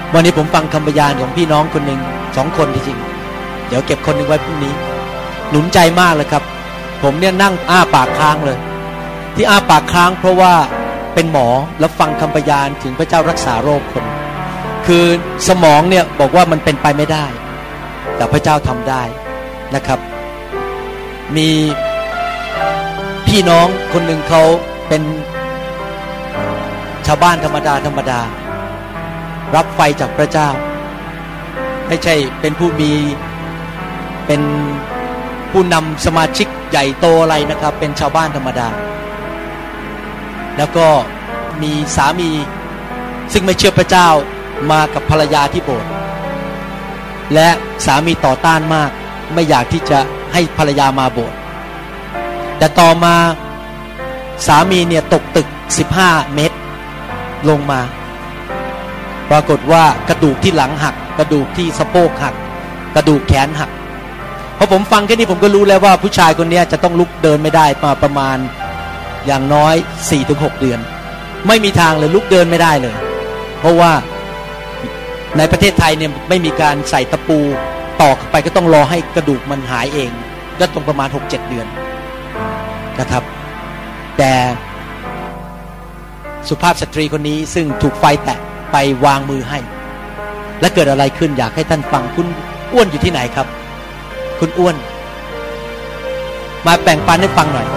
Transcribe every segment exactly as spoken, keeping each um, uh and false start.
วันนี้ผมฟังคำพยานของพี่น้องคนหนึ่งสองคนจริงๆเดี๋ยวเก็บคนหนึ่งไว้พรุ่งนี้หนุนใจมากเลยครับผมเนี่ยนั่งอ้าปากค้างเลยที่อ้าปากค้างเพราะว่าเป็นหมอแล้วฟังคำพยานถึงพระเจ้ารักษาโรคคนคือสมองเนี่ยบอกว่ามันเป็นไปไม่ได้แต่พระเจ้าทำได้นะครับมีพี่น้องคนหนึ่งเขาเป็นชาวบ้านธรรมดาธรรมดารับไฟจากพระเจ้าไม่ใช่เป็นผู้มีเป็นผู้นำสมาชิกใหญ่โตอะไรนะครับเป็นชาวบ้านธรรมดาแล้วก็มีสามีซึ่งไม่เชื่อพระเจ้ามากับภรรยาที่โบสถ์และสามีต่อต้านมากไม่อยากที่จะให้ภรรยามาโบสถ์แต่ต่อมาสามีเนี่ยตกตึกสิบห้าเมตรลงมาปรากฏว่ากระดูกที่หลังหักกระดูกที่สะโพกหักกระดูกแขนหักพอผมฟังแค่นี้ผมก็รู้แล้วว่าผู้ชายคนนี้จะต้องลุกเดินไม่ได้มาประมาณอย่างน้อย สี่ถึงหก เดือนไม่มีทางเลยลุกเดินไม่ได้เลยเพราะว่าในประเทศไทยเนี่ยไม่มีการใส่ตะปูตอกไปก็ต้องรอให้กระดูกมันหายเองก็ต้องประมาณ หกเจ็ด เดือนนะครับแต่สุภาพสตรีคนนี้ซึ่งถูกไฟแตะไปวางมือให้และเกิดอะไรขึ้นอยากให้ท่านฟังคุณอ้วนอยู่ที่ไหนครับคุณอ้วนมาแบ่งปันให้ฟังหน่อย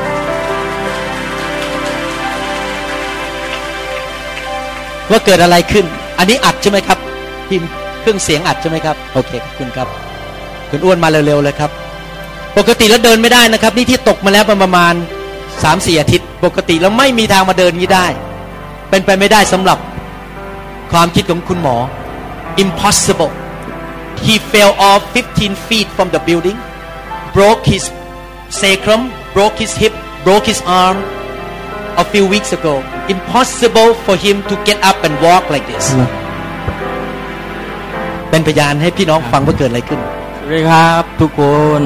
ว่าเกิดอะไรขึ้นอันนี้อัดใช่ไหมครับพิมพ์เครื่องเสียงอัดใช่ไหมครับโอเคขอบคุณครับคุณอ้วนมาเร็วๆเลยครับปกติแล้วเดินไม่ได้นะครับนี่ที่ตกมาแล้วประมาณ สามสี่ อาทิตย์ปกติแล้วไม่มีทางมาเดินนี้ได้เป็นไปไม่ได้สำหรับความคิดของคุณหมอ impossible he fell off fifteen feet from the building broke his sacrum broke his hip broke his arm a few weeks ago impossible for him to get up and walk like this เป็นพยานให้พี่น้องฟังว่าเกิดอะไรขึ้นสวัสดีครับทุกคน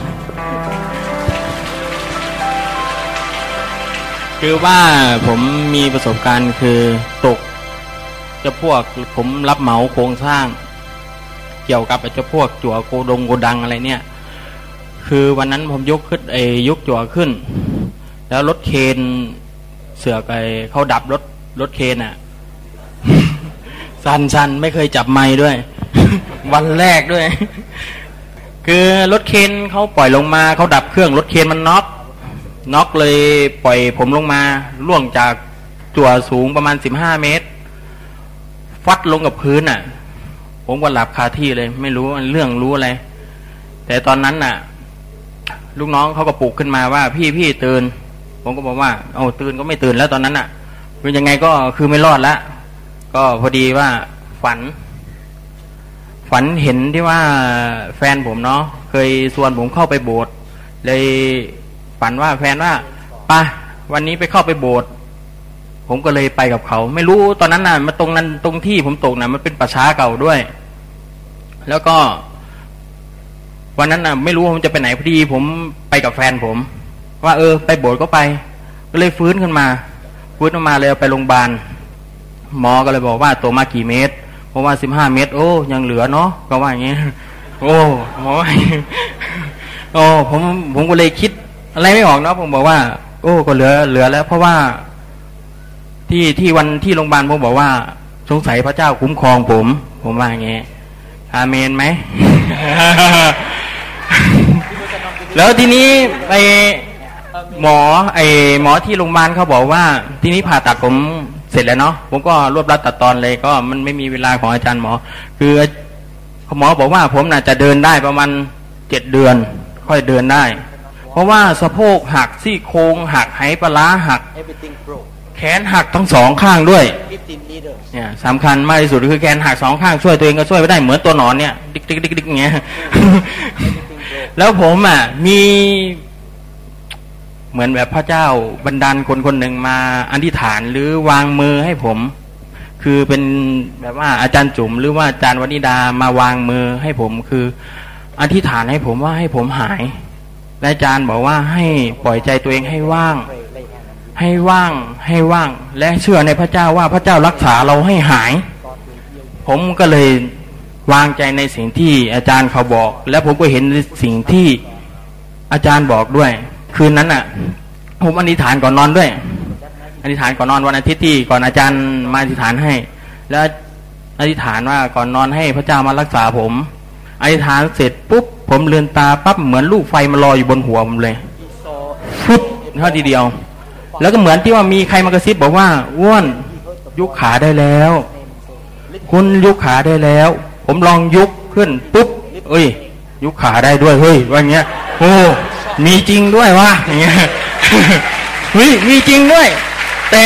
คือว่าผมมีประสบการณ์คือตกจะพวกผมรับเหมาโครงสร้างเกี่ยวกับจะพวกจั่วโกดงโกดังอะไรเนี่ยคือวันนั้นผมยกขึ้นไอ้ยกจั่วขึ้นแล้วรถเคนเสือกไอ้เขาดับรถรถเคนอ่ะ สันสันไม่เคยจับไม้ด้วย วันแรกด้วย คือรถเคนเขาปล่อยลงมาเขาดับเครื่องรถเคนมันน็อกน็อกเลยปล่อยผมลงมาล่วงจากจั่วสูงประมาณสิบห้าเมตรฟัดลงกับพื้นอ่ะผมก็หลับคาที่เลยไม่รู้เรื่องรู้อะไรแต่ตอนนั้นน่ะลูกน้องเขาก็ปลุกขึ้นมาว่าพี่พี่ตื่นผมก็บอกว่าเอาตื่นก็ไม่ตื่นแล้วตอนนั้นน่ะเป็นยังไงก็คือไม่รอดแล้วก็พอดีว่าฝันฝันเห็นที่ว่าแฟนผมเนาะเคยชวนผมเข้าไปโบสถ์เลยฝันว่าแฟนว่าไปวันนี้ไปเข้าไปโบสถ์ผมก็เลยไปกับเขาไม่รู้ตอนนั้นน่ะมาตรงนั้นตรงที่ผมตกน่ะมันเป็นป่าช้าเก่าด้วยแล้วก็วันนั้นน่ะไม่รู้ว่าผมจะไปไหนพอดีผมไปกับแฟนผมว่าเออไปโบสถ์ก็ไปก็เลยฟื้นขึ้นมาฟื้นออกมาเลยเอาไปโรงพยาบาลหมอก็เลยบอกว่าตัวมากี่เมตรเพราะว่าสิบห้าเมตรโอ้ยังเหลือเนาะก็ว่าอย่างงี้โอ้หมอโอ้ผมผมก็เลยคิดอะไรไม่ออกเนาะผมบอกว่าโอ้ก็เหลือเหลือแล้วเพราะว่าที่ที่วันที่โรงพยาบาลผมบอกว่าสงสัยพระเจ้าคุ้มครองผมผมว่าอย่างงี้อาเมนไหม แล้วทีนี้ไปหมอไอหมอที่โรงพยาบาลเขาบอกว่าทีนี้ผ่าตัดผมเสร็จแล้วเนาะผมก็รวบรัดตัดตอนเลยก็มันไม่มีเวลาของอาจารย์หมอคือหมอบอกว่าผมน่าจะเดินได้ประมาณเจ็ดเดือนค่อยเดินได้เพราะว่าสะโพกหักซี่โครงหักไหปลาร้าหักแขนหักทั้งสองข้างด้วยเนี่ยสำคัญมากที่สุดคือแขนหักสองข้างช่วยตัวเองก็ช่วยไม่ได้เหมือนตัวหนอนเนี่ยดิ๊กดิ๊กดิ๊กดิ๊กอย่างเงี้ย แล้วผมอ่ะมีเหมือนแบบพระเจ้าบันดาลคนคนหนึ่งมาอธิษฐานหรือวางมือให้ผมคือเป็นแบบว่าอาจารย์จุ๋มหรือว่าอาจารย์วนิดามาวางมือให้ผมคืออธิษฐานให้ผมว่าให้ผมหายและอาจารย์บอกว่าให้ปล่อยใจตัวเองให้ว่างให้ว่างให้ว่างและเชื่อในพระเจ้าว่าพระเจ้ารักษาเราให้หายผผมก็เลยวางใจในสิ่งที่อาจารย์เขาบอก และผมก็เห็นสิ่งที่อาจารย์บอกด้วยคืนนั้นอ่ะผมอธิษฐานก่อนนอนด้วยอธิษฐานก่อนนอนวันอาทิตย์ที่ก่อนอาจารย์มาอธิษฐานให้แล้วอธิษฐานว่าก่อนนอนให้พระเจ้ามารักษาผมอธิษฐานเสร็จปุ๊บผมลืมตาปั๊บเหมือนลูกไฟมาลอยอยู่บนหัวผมเลยฟุบเท่าทีเดียวแล้วก็เหมือนที่ว่ามีใครมากระซิบบอกว่าอ้วนยกขาได้แล้วคุณยกขาได้แล้วผมลองยกขึ้นปุ๊บเอ้ยยกขาได้ด้วยเฮ้ยว่าอย่างเงี้ยโอ้มีจริงด้วยวะอย่างเงี้ยเฮ้ยมีจริงด้วยแต่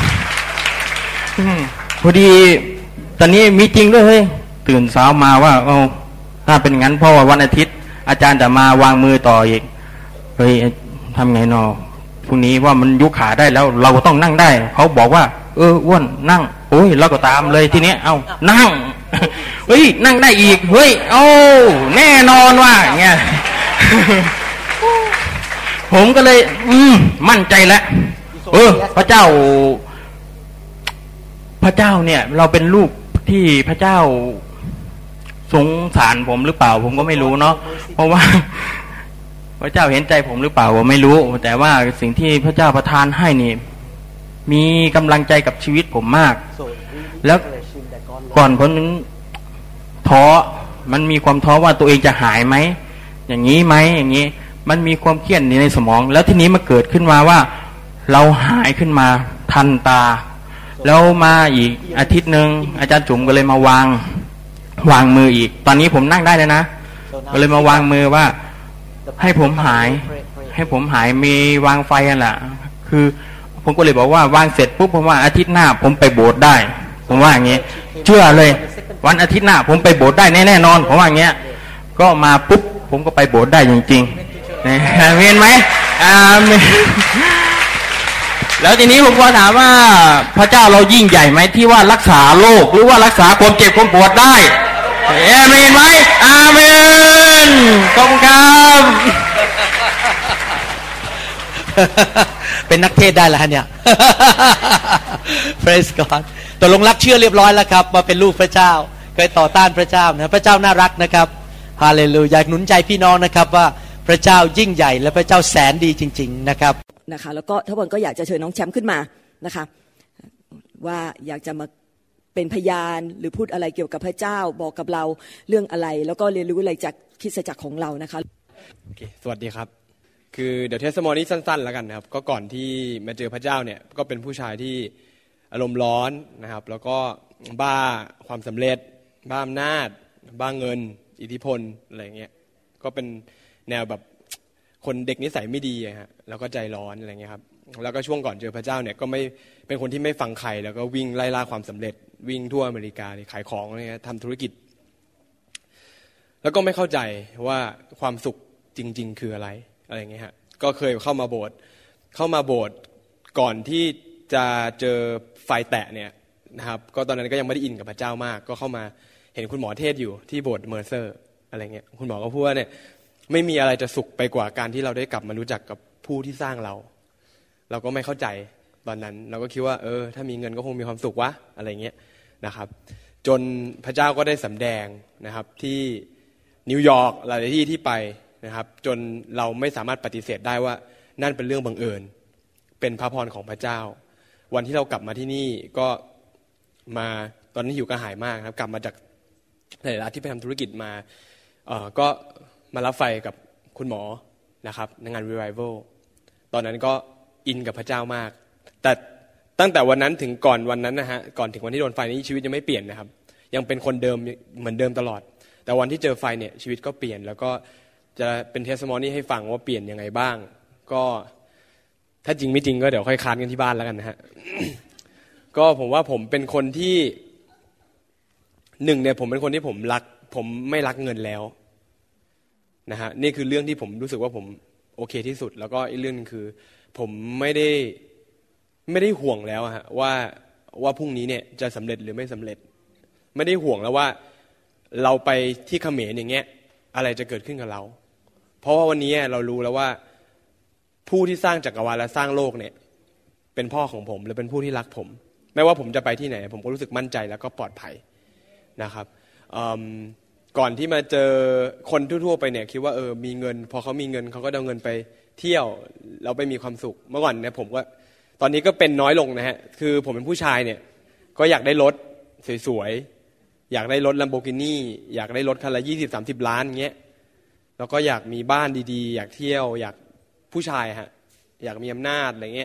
พอดีตอนนี้มีจริงด้วยเฮ้ยตื่นเช้ามาว่าเอาถ้าเป็นงั้นเพราะว่าวันอาทิตย์อาจารย์จะมาวางมือต่ออีกเฮ้ยทำไงนอพรุ่งนี้ว่ามันยกขาได้แล้วเราก็ต้องนั่งได้เขาบอกว่าเอออ้วนนั่งโอ้ยเราก็ตามเลยทีเนี้ยเอานั่งเฮ้ยนั่งได้อีกเฮ้ยโอ้แน่นอนว่าอย่างเงี้ยผมก็เลยอืมมั่นใจแล้วเออพระเจ้าพระเจ้าเนี่ยเราเป็นลูกที่พระเจ้าสงสารผมหรือเปล่าผมก็ไม่รู้เนาะเพราะว่าพระเจ้าเห็นใจผมหรือเปล่าผมไม่รู้แต่ว่าสิ่งที่พระเจ้าประทานให้นี่มีกำลังใจกับชีวิตผมมากแล้วก่อนผมนั้นท้อมันมีความท้อว่าตัวเองจะหายไหมอย่างนี้ไหมอย่างนี้มันมีความเครียดในสมองแล้วทีนี้มาเกิดขึ้นมาว่าเราหายขึ้นมาทันตาแล้วมาอีกอาทิตย์นึงอาจารย์จุ๋มก็เลยมาวางวางมืออีกตอนนี้ผมนั่งได้เลยนะก็เลยมาวางมือว่าให้ผมหายให้ผมหายมีวางไฟอ่ะแหละคือผมก็เลยบอกว่าวางเสร็จปุ๊บผมว่าอาทิตย์หน้าผมไปโบสถ์ได้ผมว่าอย่างงี้เชื่อเลยวันอาทิตย์หน้าผมไปโบสถ์ได้แน่ๆนอนผมว่าอย่างเงี้ยก็มาปุ๊บผมก็ไปโบสถ์ได้จริงๆเนี่ยเห็นไหมอ่าแล้วทีนี้ผมก็ถามว่าพระเจ้าเรายิ่งใหญ่ไหมที่ว่ารักษาโรคหรือว่ารักษาความเจ็บความปวดได้เอเมนไหมอาเมนขอบคุณครับเป็นนักเทศได้แล้วฮะเนี่ย Praise God ตกลงรักเชื่อเรียบร้อยแล้วครับมาเป็นลูกพระเจ้าเคยต่อต้านพระเจ้านะพระเจ้าน่ารักนะครับฮาเลลูยาหนุนใจพี่น้องนะครับว่าพระเจ้ายิ่งใหญ่และพระเจ้าแสนดีจริงๆนะครับนะคะแล้วก็ทั้งหมดก็อยากจะเชิญน้องแชมป์ขึ้นมานะคะว่าอยากจะมาเป็นพยานหรือพูดอะไรเกี่ยวกับพระเจ้าบอกกับเราเรื่องอะไรแล้วก็เรียนรู้อะไรจากคริสตจักรของเรานะคะโอเคสวัสดีครับคือเดี๋ยวเทสโมนี่สั้นๆแล้วกันนะครับก็ก่อนที่มาเจอพระเจ้าเนี่ยก็เป็นผู้ชายที่อารมณ์ร้อนนะครับแล้วก็บ้าความสำเร็จบ้าอำนาจบ้าเงินอิทธิพลอะไรเงี้ยก็เป็นแนวแบบคนเด็กนิสัยไม่ดีฮะแล้วก็ใจร้อนอะไรเงี้ยครับแล้วก็ช่วงก่อนเจอพระเจ้าเนี่ยก็ไม่เป็นคนที่ไม่ฟังใครแล้วก็วิ่งไล่ล่าความสำเร็จวิ่งทั่วอเมริกาขายของอะไรเงี้ยทำธุรกิจแล้วก็ไม่เข้าใจว่าความสุขจริงๆคืออะไรอะไรเงี้ยฮะก็เคยเข้ามาโบสถ์เข้ามาโบสถ์ก่อนที่จะเจอไฟแตะเนี่ยนะครับก็ตอนนั้นก็ยังไม่ได้อินกับพระเจ้ามากก็เข้ามาเห็นคุณหมอเทศอยู่ที่โบสถ์เมอร์เซอร์อะไรเงี้ยคุณหมอก็พูดว่าเนี่ยไม่มีอะไรจะสุขไปกว่าการที่เราได้กลับมารู้จักกับผู้ที่สร้างเราเราก็ไม่เข้าใจตอนนั้นเราก็คิดว่าเออถ้ามีเงินก็คงมีความสุขวะอะไรเงี้ยนะครับจนพระเจ้าก็ได้สำแดงนะครับที่นิวยอร์กหลายที่ที่ไปนะครับจนเราไม่สามารถปฏิเสธได้ว่านั่นเป็นเรื่องบังเอิญเป็นพระพรของพระเจ้าวันที่เรากลับมาที่นี่ก็มาตอนนี้หิวกระหายมากครับกลับมาจากหลายๆที่ไปทำธุรกิจมาเอ่อก็มารับไฟกับคุณหมอนะครับในงาน Revival ตอนนั้นก็อินกับพระเจ้ามากแต่ตั้งแต่วันนั้นถึงก่อนวันนั้นนะฮะก่อนถึงวันที่โดนไฟนี้ชีวิตยังไม่เปลี่ยนนะครับยังเป็นคนเดิมเหมือนเดิมตลอดแต่วันที่เจอไฟเนี่ยชีวิตก็เปลี่ยนแล้วก็จะเป็นเทสโมนี่ให้ฟังว่าเปลี่ยนยังไงบ้างก็ถ้าจริงไม่จริงก็เดี๋ยวค่อยค้านกันที่บ้านแล้วกันนะฮะ ก็ผมว่าผมเป็นคนที่หนึ่งเนี่ยผมเป็นคนที่ผมรักผมไม่รักเงินแล้วนะฮะนี่คือเรื่องที่ผมรู้สึกว่าผมโอเคที่สุดแล้วก็อีกเรื่องนึงคือผมไม่ได้ไม่ได้ห่วงแล้วฮะว่าว่าพรุ่งนี้เนี่ยจะสำเร็จหรือไม่สำเร็จไม่ได้ห่วงแล้วว่าเราไปที่เขมรอย่างเงี้ยอะไรจะเกิดขึ้นกับเราเพราะว่าวันนี้เรารู้แล้วว่าผู้ที่สร้างจักรวาลและสร้างโลกเนี่ยเป็นพ่อของผมและเป็นผู้ที่รักผมไม่ว่าผมจะไปที่ไหนผมก็รู้สึกมั่นใจแล้วก็ปลอดภัยนะครับก่อนที่มาเจอคนทั่วๆไปเนี่ยคิดว่าเออมีเงินพอเขามีเงินเขาก็เอาเงินไปเที่ยวเราไปมีความสุขเมื่อก่อนเนี่ยผมก็ตอนนี้ก็เป็นน้อยลงนะฮะคือผมเป็นผู้ชายเนี่ยก็อยากได้รถสวยๆอยากได้รถ Lamborghini อยากได้รถคันละยี่สิบ สามสิบล้านเงี้ยแล้วก็อยากมีบ้านดีๆอยากเที่ยวอยากผู้ชายฮะอยากมีอำนาจอะไรเงี้ย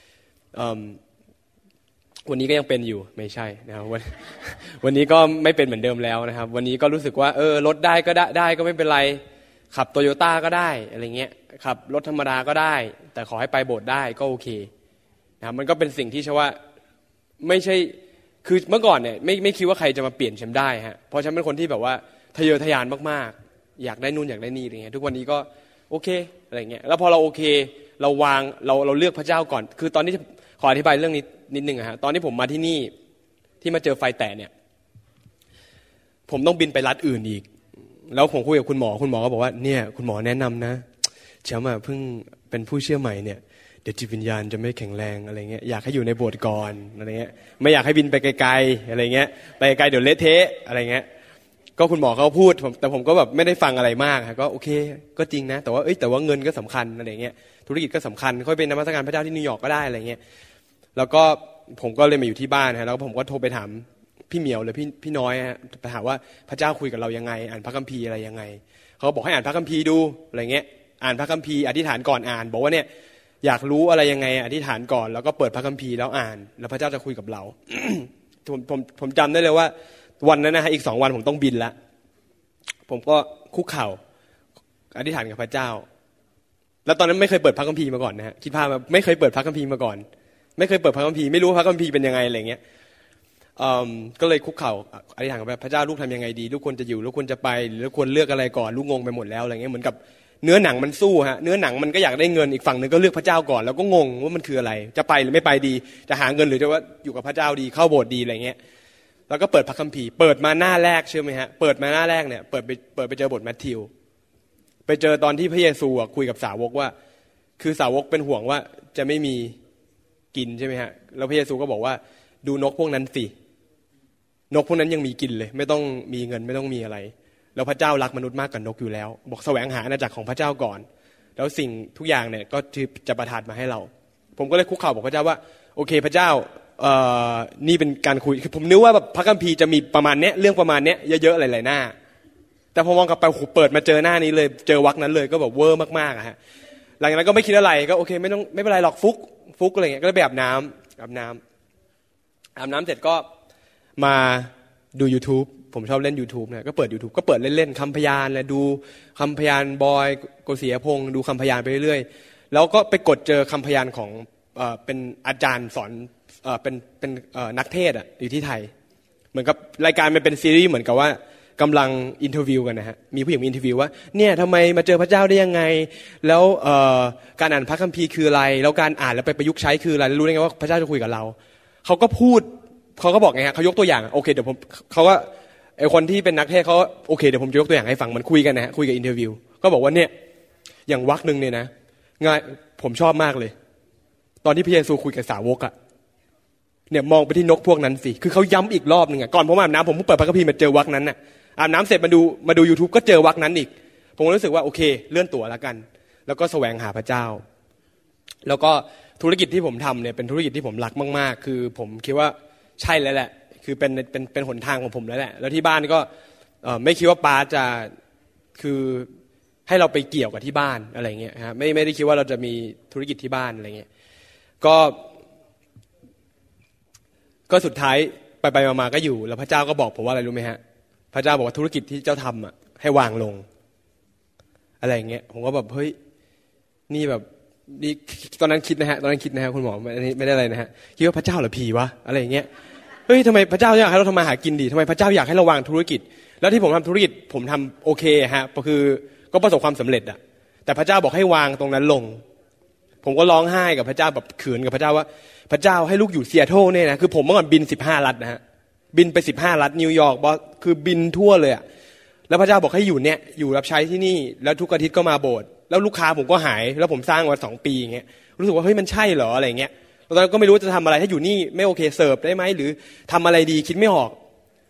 วันนี้ก็ยังเป็นอยู่ไม่ใช่นะครับวันวันนี้ก็ไม่เป็นเหมือนเดิมแล้วนะครับวันนี้ก็รู้สึกว่าเออรถได้ก็ได้ได้ก็ไม่เป็นไรขับโตโยต้าก็ได้อะไรเงี้ยขับรถธรรมดาก็ได้แต่ขอให้ไปโบสถ์ได้ก็โอเคนะครับมันก็เป็นสิ่งที่เชื่อว่าไม่ใช่คือเมื่อก่อนเนี่ยไม่ไม่คิดว่าใครจะมาเปลี่ยนฉันได้ฮะเพราะฉันเป็นคนที่แบบว่าทะเยอทะยานมากๆอยากได้นู่นอยากได้นี่อะไรเงี้ยทุกวันนี้ก็โอเคอะไรเงี้ยแล้วพอเราโอเคเราวางเราเราเลือกพระเจ้าก่อนคือตอนนี้ขออธิบายเรื่องนี้นิดนึงอะฮะตอนที่ผมมาที่นี่ที่มาเจอไฟแตกเนี่ยผมต้องบินไปรัฐอื่นอีกแล้วผมคุยกับคุณหมอคุณหมอก็บอกว่าเนี่ยคุณหมอแนะนำนะเชื่อมาเพิ่งเป็นผู้เชื่อใหม่เนี่ยเดี๋ยวจิตวิญญาณจะไม่แข็งแรงอะไรเงี้ยอยากให้อยู่ในโบสถ์ก่อนอะไรเงี้ยไม่อยากให้บินไปไกลๆอะไรเงี้ยไปไกลเดี๋ยวเละเทะอะไรเงี้ยก็คุณหมอเขาพูดแต่ผมก็แบบไม่ได้ฟังอะไรมากก็โอเคก็จริงนะแต่ว่าเอ้ยแต่ว่าเงินก็สำคัญอะไรเงี้ยธุรกิจก็สำคัญค่อยเป็นนมัสการพระเจ้าที่นิวยอร์กก็ได้อะไรเงี้ยแล้วก็ผมก็เลยมาอยู่ที่บ้านฮะแล้วผมก็โทรไปถามพี่เหมียวหรือพี่พี่น้อยฮะไปถามว่าพระเจ้าคุยกับเรายังไงอ่านพระคัมภีร์อะไรยังไงเขาบอกให้อ่านพระคัมภีร์ดูอะไรเงี้ยอ่านพระคัมภีร์อธิษฐานก่อนอ่านบอกว่าเนี่ยอยากรู้อะไรยังไงอธิษฐานก่อนแล้วก็เปิดพระคัมภีร์แล้วอ่านแล้วพระเจ้าจะคุยกับเรา ผมผมผมจำได้เลยว่าวันนั้นนะฮะอีกสองวันผมต้องบินละผมก็คุกเข่าอธิษฐานกับพระเจ้าแล้วตอนนั้นไม่เคยเปิดพระคัมภีร์มาก่อนนะฮะคิดภาพว่าไม่เคยเปิดพระคัมภีร์มาก่อนไม่เคยเปิดพระคัมภีร์ไม่รู้พระคัมภีร์เป็นยังไงอะไรเงี้ยก็เลยคุกเข่าอธิษฐานกับพระเจ้าลูกทำยังไงดีลูกควรจะอยู่ลูกควรจะไปหรือควรเลือกอะไรก่อนลูกงงไปหมดแล้วอะไรเงี้ยเหมือนกับเนื้อหนังมันสู้ฮะเนื้อหนังมันก็อยากได้เงินอีกฝั่งนึงก็เลือกพระเจ้าก่อนแล้วก็งงว่ามันคืออะไรจะไปหรือไม่ไปดีจะหาเงินหรือจะว่าอยู่กับพระเจ้าดีเข้าโบสถ์ดีอะไรเงี้ยแล้วก็เปิดพระคัมภีร์เปิดมาหน้าแรกเชื่อไหมฮะเปิดมาหน้าแรกเนี่ยเปิดไปเปิดไปเจอบทมัทธิวไปเจอตอนที่พระเยซูคุยกับสาวกว่าคือสาวกเป็นห่วงว่าจะไม่มีกินใช่ไหมฮะแล้วพระเยซูก็บอกว่าดูนกพวกนั้นสินกพวกนั้นยังมีกินเลยไม่ต้องมีเงินไม่ต้องมีอะไรแล้วพระเจ้ารักมนุษย์มากกว่านกอยู่แล้วบอกแสวงหาอาณาจักรของพระเจ้าก่อนแล้วสิ่งทุกอย่างเนี่ยก็จะประทานมาให้เราผมก็เลยคุกเข่าบอกพระเจ้าว่าโอเคพระเจ้าเอ่อนี่เป็นการคุยผมนึกว่าแบบพระคัมภีร์จะมีประมาณเนี้ยเรื่องประมาณเนี้ยเยอะๆหลายๆหน้าแต่พอมองกลับไปเปิดมาเจอหน้านี้เลยเจอวรรคนั้นเลยก็แบบเวอร์มากๆอะฮะหลังจากนั้นก็ไม่คิดอะไรก็โอเคไม่ต้องไม่เป็นไรหรอกฟุกฟุกอะไรเงี้ยก็เลยไปอาบน้ำอาบน้ำอาบน้ำเสร็จก็มาดู YouTube ผมชอบเล่น YouTube นะก็เปิด YouTube ก็เปิดเล่นๆคำพยานเลยดูคำพยานบอยโกศิยพงศ์ดูคำพยานไปเรื่อยๆแล้วก็ไปกดเจอคำพยานของเอ่อเป็นอาจารย์สอนเอ่อเป็นเป็นเอ่อนักเทศอ่ะอยู่ที่ไทยเหมือนกับรายการมันเป็นซีรีส์เหมือนกับว่ากำลังอินเทอร์วิวกันนะฮะมีผู้หญิงอินเทอร์วิวว่าเนี่ยทำไมมาเจอพระเจ้าได้ยังไงแล้วเอ่อการอ่านพระคัมภีร์คืออะไรแล้วการอ่านแล้วไปประยุกต์ใช้คืออะไรรู้ได้ไงว่าพระเจ้าจะคุยกับเราเขาก็พูดเขาก็บอกไงฮะเขายกตัวอย่างโอเคเดี๋ยวผมเขาก็ไอคนที่เป็นนักเทศเขาโอเคเดี๋ยวผมจะยกตัวอย่างให้ฟังมันคุยกันนะฮะคุยกับอินเทอร์วิวก็บอกว่าเนี่ยอย่างวรรคนึงเนี่ยนะง่ายผมชอบมากเลยตอนที่พระเยซูคุยกับสาวกอะเนี่ยมองไปที่นกพวกนั้นสิคือเขาย้ำอีกรอบนึงอะก่อนผมอาบน้ำผมเปิดพระคัมภีร์มาเจอวรรคนั้นน่ะอาบน้ำเสร็จมาดูมาดู YouTube ก็เจอวรรคนั้นอีกผมรู้สึกว่าโอเคเลื่อนตั๋วแล้วกันแล้วก็แสวงหาพระเจ้าแล้วก็ธุรกิจที่ผมทำเนี่ยเป็นธุรกิจที่ผมรักมากๆคือผมคิดว่าใช่แล้วแหละคือเป็นเป็นเป็นหนทางของผมแล้วแหละแล้วที่บ้านก็ไม่คิดว่าป้าจะคือให้เราไปเกี่ยวกับที่บ้านอะไรเงี้ยฮะไม่ไม่ได้คิดว่าเราจะมีธุรกิจที่บ้านอะไรเงี้ยก็ก็สุดท้ายไปไปมาๆก็อยู่แล้วพระเจ้าก็บอกผมว่าอะไรรู้ไหมฮะพระเจ้าบอกว่าธุรกิจที่เจ้าทำอ่ะให้วางลงอะไรเงี้ยผมก็แบบเฮ้ยนี่แบบนี่ตอนนั้นคิดนะฮะตอนนั้นคิดนะฮะคุณหมอไม่ไม่ได้อะไรนะฮะคิดว่าพระเจ้าหรือผีวะอะไรเงี้ยเฮ้ยทำไมพระเจ้าอยากให้เราทำมาหากินดีทำไมพระเจ้าอยากให้เราวางธุรกิจแล้วที่ผมทำธุรกิจผมทำโอเคฮะก็คือก็ประสบความสำเร็จอะแต่พระเจ้าบอกให้วางตรงนั้นลงผมก็ร้องไห้กับพระเจ้าแบบเขินกับพระเจ้าว่าพระเจ้าให้ลูกอยู่เซียโตรเนี่ยนะคือผมเมื่อก่อนบินสิบห้ารัฐนะฮะบินไปสิบห้ารัฐนิวยอร์กบอสคือบินทั่วเลยอะแล้วพระเจ้าบอกให้อยู่เนี่ยอยู่รับใช้ที่นี่แล้วทุกอาทิตย์ก็มาโบสถ์แล้วลูกค้าผมก็หายแล้วผมสร้างมาสองปีอย่างเงี้ยรู้สึกว่าเฮ้ยมันใช่เหรออะไรเงี้ยตอนนั้นก็ไม่รู้จะทำอะไรถ้าอยู่นี่ไม่โอเคเสิร์ฟได้ไหมหรือทำอะไรดีคิดไม่ออก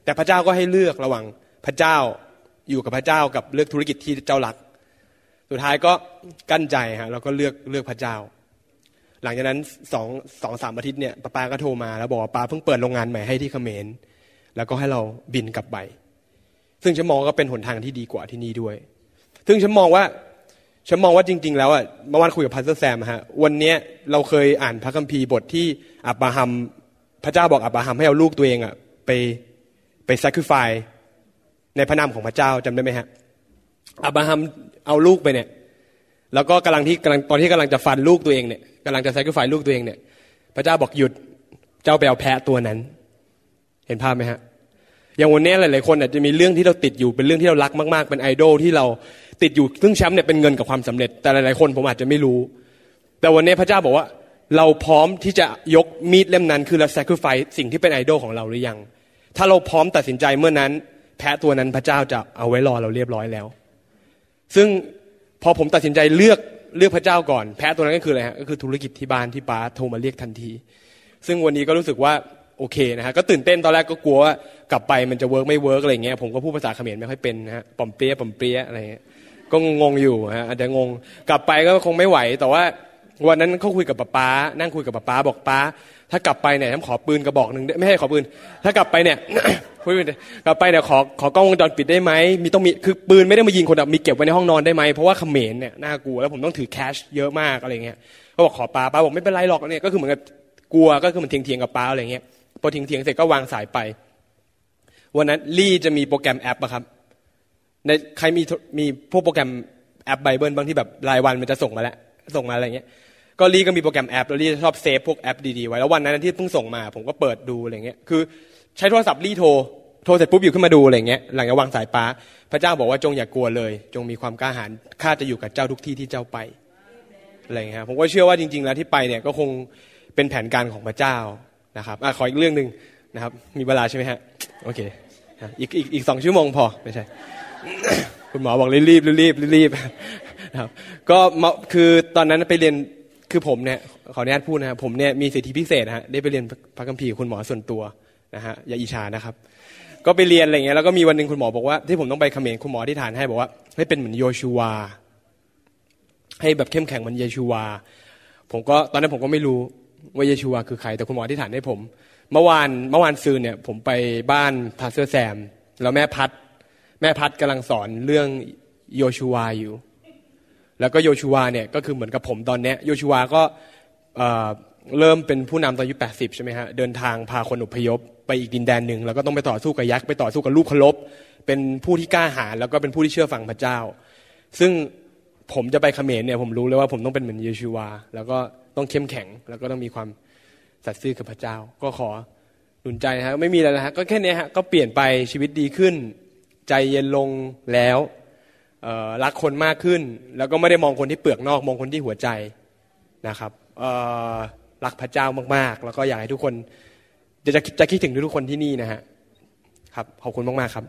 แต่พระเจ้าก็ให้เลือกระหว่างพระเจ้าอยู่กับพระเจ้ากับเลือกธุรกิจที่เจ้ารักสุดท้ายก็กั้นใจฮะแล้วก็เลือกเลือกพระเจ้าหลังจากนั้นสองสองสามอาทิตย์เนี่ยป้าก็โทรมาแล้วบอกว่าป้าเพิ่งเปิดโรงงานใหม่ให้ที่เขมรแล้วก็ให้เราบินกลับไปซึ่งฉันมองก็เป็นหนทางที่ดีกว่าที่นี่ด้วยซึ่งฉันมองว่าฉันมองว่าจริงๆแล้วอ่ะเมื่อวานคุยกับพาสเตอร์แซมฮะวันนี้เราเคยอ่านพระคัมภีร์บทที่อับราฮัมพระเจ้าบอกอับราฮัมให้เอาลูกตัวเองอ่ะไปไป sacrifice ในพระนามของพระเจ้าจำได้ไหมฮะอับราฮัมเอาลูกไปเนี่ยแล้วก็กำลังที่กำลังตอนที่กำลังจะฟันลูกตัวเองเนี่ยกำลังจะ sacrifice ลูกตัวเองเนี่ยพระเจ้าบอกหยุดเจ้าไปเอาแพะตัวนั้นเห็นภาพไหมฮะอย่างวันนี้หลายๆคนอาจจะมีเรื่องที่เราติดอยู่เป็นเรื่องที่เรารักมากๆเป็นไอดอลที่เราติดอยู่ซึ่งแชมป์เนี่ยเป็นเงินกับความสำเร็จแต่หลายๆคนผมอาจจะไม่รู้แต่วันนี้พระเจ้าบอกว่าเราพร้อมที่จะยกมีดเล่มนั้นคือเรา sacrifice สิ่งที่เป็นไอดอลของเราหรือยังถ้าเราพร้อมตัดสินใจเมื่อนั้นแพะตัวนั้นพระเจ้าจะเอาไว้รอเราเรียบร้อยแล้วซึ่งพอผมตัดสินใจเลือกเลือกพระเจ้าก่อนแพะตัวนั้นก็คืออะไรฮะก็คือธุรกิจที่บ้านที่ป้าโทรมาเรียกทันทีซึ่งวันนี้ก็รู้สึกว่าโอเคนะฮะก็ตื่นเต้นตอนแรกก็กลัวว่ากลับไปมันจะเวิร์กไม่เวิร์กอะไรเงี้ยผมก็พูดภาษาเขมรไม่ค่อยเป็นนะฮะป่อมเปรี้ยป่อมเปรี้ยอะไรเงี้ยก็งงๆอยู่ฮะอาจจะงงกลับไปก็คงไม่ไหวแต่ว่าวันนั้นเขาคุยกับป้าป้านั่งคุยกับป้าป้าบอกป้าถ้ากลับไปเนี่ยผมขอปืนกระบอกนึงไม่ให้ขอปืนถ้ากลับไปเนี่ย พูดกลับไปเนี่ยขอขอกล้องวงจรปิดได้ไหมมีต้องมีคือปืนไม่ได้มายิงคนแบบมีเก็บไว้ในห้องนอนได้ไหมเพราะว่าเขมรเนี่ยน่ากลัวแล้วผมต้องถือแคชเยอะมากอะไรเงี้ยก็บอกขอป้าป้าบอกไม่เป็นไรหรอกเนี่ยก็คือเหมือนกับกลัวก็คือมันเถียงๆกับป้าอะไรเงี้ยพอเถียงๆเสร็จก็วางสายไปวันนั้นลี่จะมีโปรแกรมแอปอะครับในใครมีมีพวกโปรแกรมแอปไบเบิลบางที่แบบรายวันมันจะส่งมาแล้วส่งมาอะไรเงี้ยก็ลี่ก็มีโปรแกรมแอปแล้วลี่ชอบเซฟพวกแอปดีๆไว้แล้ววันนั้นที่เพิ่งส่งมาผมก็เปิดดูอะไรเงี้ยคือใช้โทรศัพท์ลี่โทรโทรเสร็จปุ๊บอยู่ขึ้นมาดูอะไรเงี้ยหลังจากวางสายป้าพระเจ้าบอกว่าจงอย่ากลัวเลยจงมีความกล้าหาญข้าจะอยู่กับเจ้าทุกที่ที่เจ้าไปอะไรเงี้ยผมก็เชื่อว่าจริงๆแล้วที่ไปเนี่ยก็คงเป็นแผนการของพระเจ้านะครับอ่ะขออีกเรื่องนึงนะครับมีเวลาใช่ไหมฮะโอเคอีกอีกอีกสองชั่วโมงพอไม่ใช่ คุณหมอบอกรีบรีบรีบรีบนะครับก็คือตอนนั้นไปเรียนคือผมเนี่ยขออนุญาตพูดนะครับผมเนี่ยมีสิทธิพิเศษฮะได้ไปเรียนพระคัมภีร์คุณหมอส่วนตัวนะฮะอย่าอิจฉานะครับก็ไปเรียนอะไรเงี้ยแล้วก็มีวันนึงคุณหมอบอกว่าที่ผมต้องไปเขมรคุณหมอที่ฐานให้บอกว่าให้เป็นเหมือนโยชูวาให้แบบเข้มแข็งเหมือนเยชูวาผมก็ตอนนั้นผมก็ไม่รู้ว่าเยชูวาคือใครแต่คุณหมอที่ฐานให้ผมเมื่อวานเมื่อวานซืนเนี่ยผมไปบ้านพาสเตอร์แซมแล้วแม่พัดแม่พัดกำลังสอนเรื่องโยชูวาอยู่แล้วก็โยชูวาเนี่ยก็คือเหมือนกับผมตอนเนี้ยโยชูวาก็เอ่อเริ่มเป็นผู้นำตอนอายุแปดสิบใช่ไหมฮะเดินทางพาคนอพยพไปอีกดินแดนหนึ่งแล้วก็ต้องไปต่อสู้กับยักษ์ไปต่อสู้กับลูกเคารพเป็นผู้ที่กล้าหาญแล้วก็เป็นผู้ที่เชื่อฟังพระเจ้าซึ่งผมจะไปเขมรเนี่ยผมรู้เลยว่าผมต้องเป็นเหมือนโยชูวาแล้วก็ต้องเข้มแข็งแล้วก็ต้องมีความสัตย์ซื่อกับพระเจ้าก็ขอหนุนใจนะฮะไม่มีอะไรนะฮะก็แค่นี้ฮะก็เปลี่ยนไปชีวิตดีขึ้นใจเย็นลงแล้วรักคนมากขึ้นแล้วก็ไม่ได้มองคนที่เปลือกนอกมองคนที่หัวใจนะครับรักพระเจ้ามากๆแล้วก็อยากให้ทุกคนจะจะจะคิดถึงทุกคนที่นี่นะฮะครับขอบคุณมากๆครับ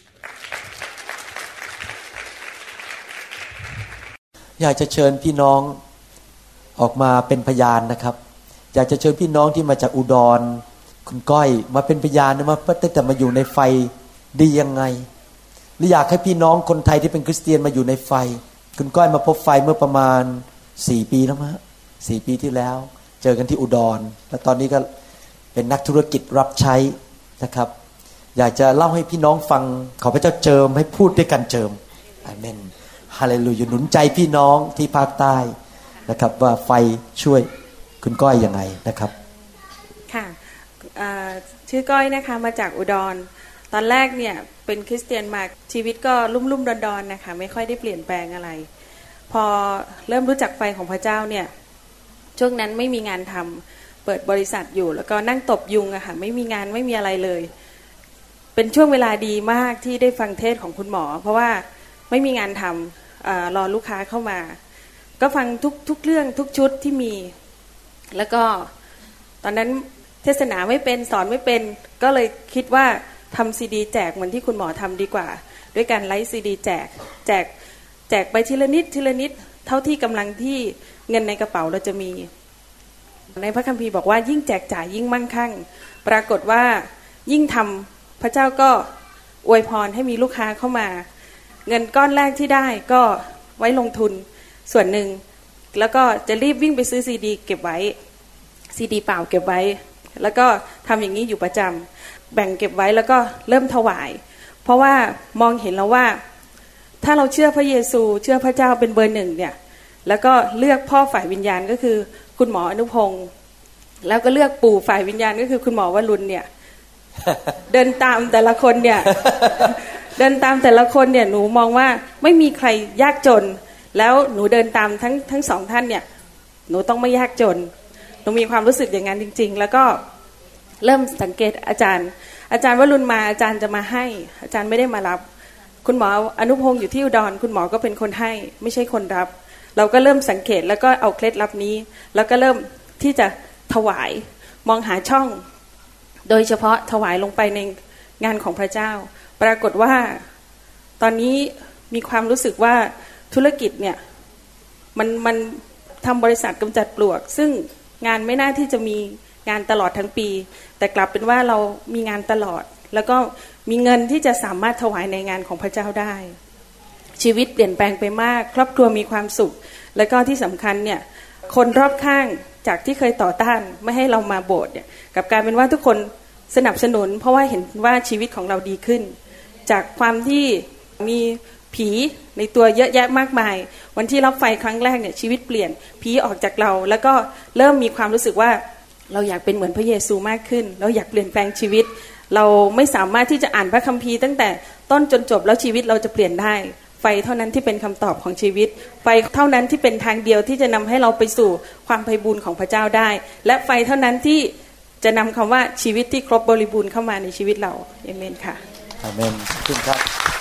อยากจะเชิญพี่น้องออกมาเป็นพยานนะครับอยากจะเชิญพี่น้องที่มาจากอุดรคุณก้อยมาเป็นพยานนะมาตั้งแต่มาอยู่ในไฟดียังไงหรืออยากให้พี่น้องคนไทยที่เป็นคริสเตียนมาอยู่ในไฟคุณก้อยมาพบไฟเมื่อประมาณสี่ปีแล้วมั้งสี่ปีที่แล้วเจอกันที่อุดรแล้วตอนนี้ก็เป็นนักธุรกิจรับใช้นะครับอยากจะเล่าให้พี่น้องฟังขอพระเจ้าเจิมให้พูดด้วยกันเจิมอาเมนฮาเลลูยาหนุนใจพี่น้องที่ภาคใต้นะครับว่าไฟช่วยคุณก้อยยังไงนะครับค่ะชื่อก้อยนะคะมาจากอุดรตอนแรกเนี่ยเป็นคริสเตียนมาชีวิตก็ลุ่มๆดอนๆนะคะไม่ค่อยได้เปลี่ยนแปลงอะไรพอเริ่มรู้จักไฟของพระเจ้าเนี่ยช่วงนั้นไม่มีงานทำเปิดบริษัทอยู่แล้วก็นั่งตบยุงอะค่ะไม่มีงานไม่มีอะไรเลยเป็นช่วงเวลาดีมากที่ได้ฟังเทศของคุณหมอเพราะว่าไม่มีงานทำรอลูกค้าเข้ามาก็ฟังทุกทุกเรื่องทุกชุดที่มีแล้วก็ตอนนั้นเทศนาไม่เป็นสอนไม่เป็นก็เลยคิดว่าทำซีดีแจกเหมือนที่คุณหมอทำดีกว่าด้วยการไลฟ์ซีดีแจกแจกแจกไปทีละนิดทีละนิดเท่าที่กำลังที่เงินในกระเป๋าเราจะมีในพระคัมภีร์บอกว่ายิ่งแจกจ่ายยิ่งมั่งคั่งปรากฏว่ายิ่งทำพระเจ้าก็อวยพรให้มีลูกค้าเข้ามาเงินก้อนแรกที่ได้ก็ไว้ลงทุนส่วนหนึ่งแล้วก็จะรีบวิ่งไปซื้อซีดีเก็บไว้ซีดีเปล่าเก็บไว้แล้วก็ทำอย่างนี้อยู่ประจำแบ่งเก็บไว้แล้วก็เริ่มถวายเพราะว่ามองเห็นแล้วว่าถ้าเราเชื่อพระเยซูเชื่อพระเจ้าเป็นเบอร์หนึ่งเนี่ยแล้วก็เลือกพ่อฝ่ายวิญญาณก็คือคุณหมออนุพงศ์แล้วก็เลือกปู่ฝ่ายวิญญาณก็คือคุณหมอวรุณเนี่ย เดินตามแต่ละคนเนี่ย เดินตามแต่ละคนเนี่ยหนูมองว่าไม่มีใครยากจนแล้วหนูเดินตามทั้งทั้งสองท่านเนี่ยหนูต้องไม่ยากจนหนูมีความรู้สึกอย่างนั้นจริงๆแล้วก็เริ่มสังเกตอาจารย์อาจารย์วรุณมาอาจารย์จะมาให้อาจารย์ไม่ได้มารับคุณหมออนุพงศ์อยู่ที่อุดรคุณหมอก็เป็นคนให้ไม่ใช่คนรับเราก็เริ่มสังเกตแล้วก็เอาเคล็ดลับนี้แล้วก็เริ่มที่จะถวายมองหาช่องโดยเฉพาะถวายลงไปในงานของพระเจ้าปรากฏว่าตอนนี้มีความรู้สึกว่าธุรกิจเนี่ยมันมันทำบริษัทกำจัดปลวกซึ่งงานไม่น่าที่จะมีงานตลอดทั้งปีแต่กลับเป็นว่าเรามีงานตลอดแล้วก็มีเงินที่จะสามารถถวายในงานของพระเจ้าได้ชีวิตเปลี่ยนแปลงไปมากครอบครัวมีความสุขแล้วก็ที่สำคัญเนี่ยคนรอบข้างจากที่เคยต่อต้านไม่ให้เรามาโบสถ์เนี่ยกับการเป็นว่าทุกคนสนับสนุนเพราะว่าเห็นว่าชีวิตของเราดีขึ้นจากความที่มีผีในตัวเยอะแยะมากมายวันที่รับไฟครั้งแรกเนี่ยชีวิตเปลี่ยนผีออกจากเราแล้วก็เริ่มมีความรู้สึกว่าเราอยากเป็นเหมือนพระเยซูมากขึ้นเราอยากเปลี่ยนแปลงชีวิตเราไม่สามารถที่จะอ่านพระคัมภีร์ตั้งแต่ต้นจนจบแล้วชีวิตเราจะเปลี่ยนได้ไฟเท่านั้นที่เป็นคำตอบของชีวิตไฟเท่านั้นที่เป็นทางเดียวที่จะนำให้เราไปสู่ความไพบูลย์ของพระเจ้าได้และไฟเท่านั้นที่จะนำคำว่าชีวิตที่ครบบริบูรณ์เข้ามาในชีวิตเราเอเมนค่ะอาเมนขอบคุณครับ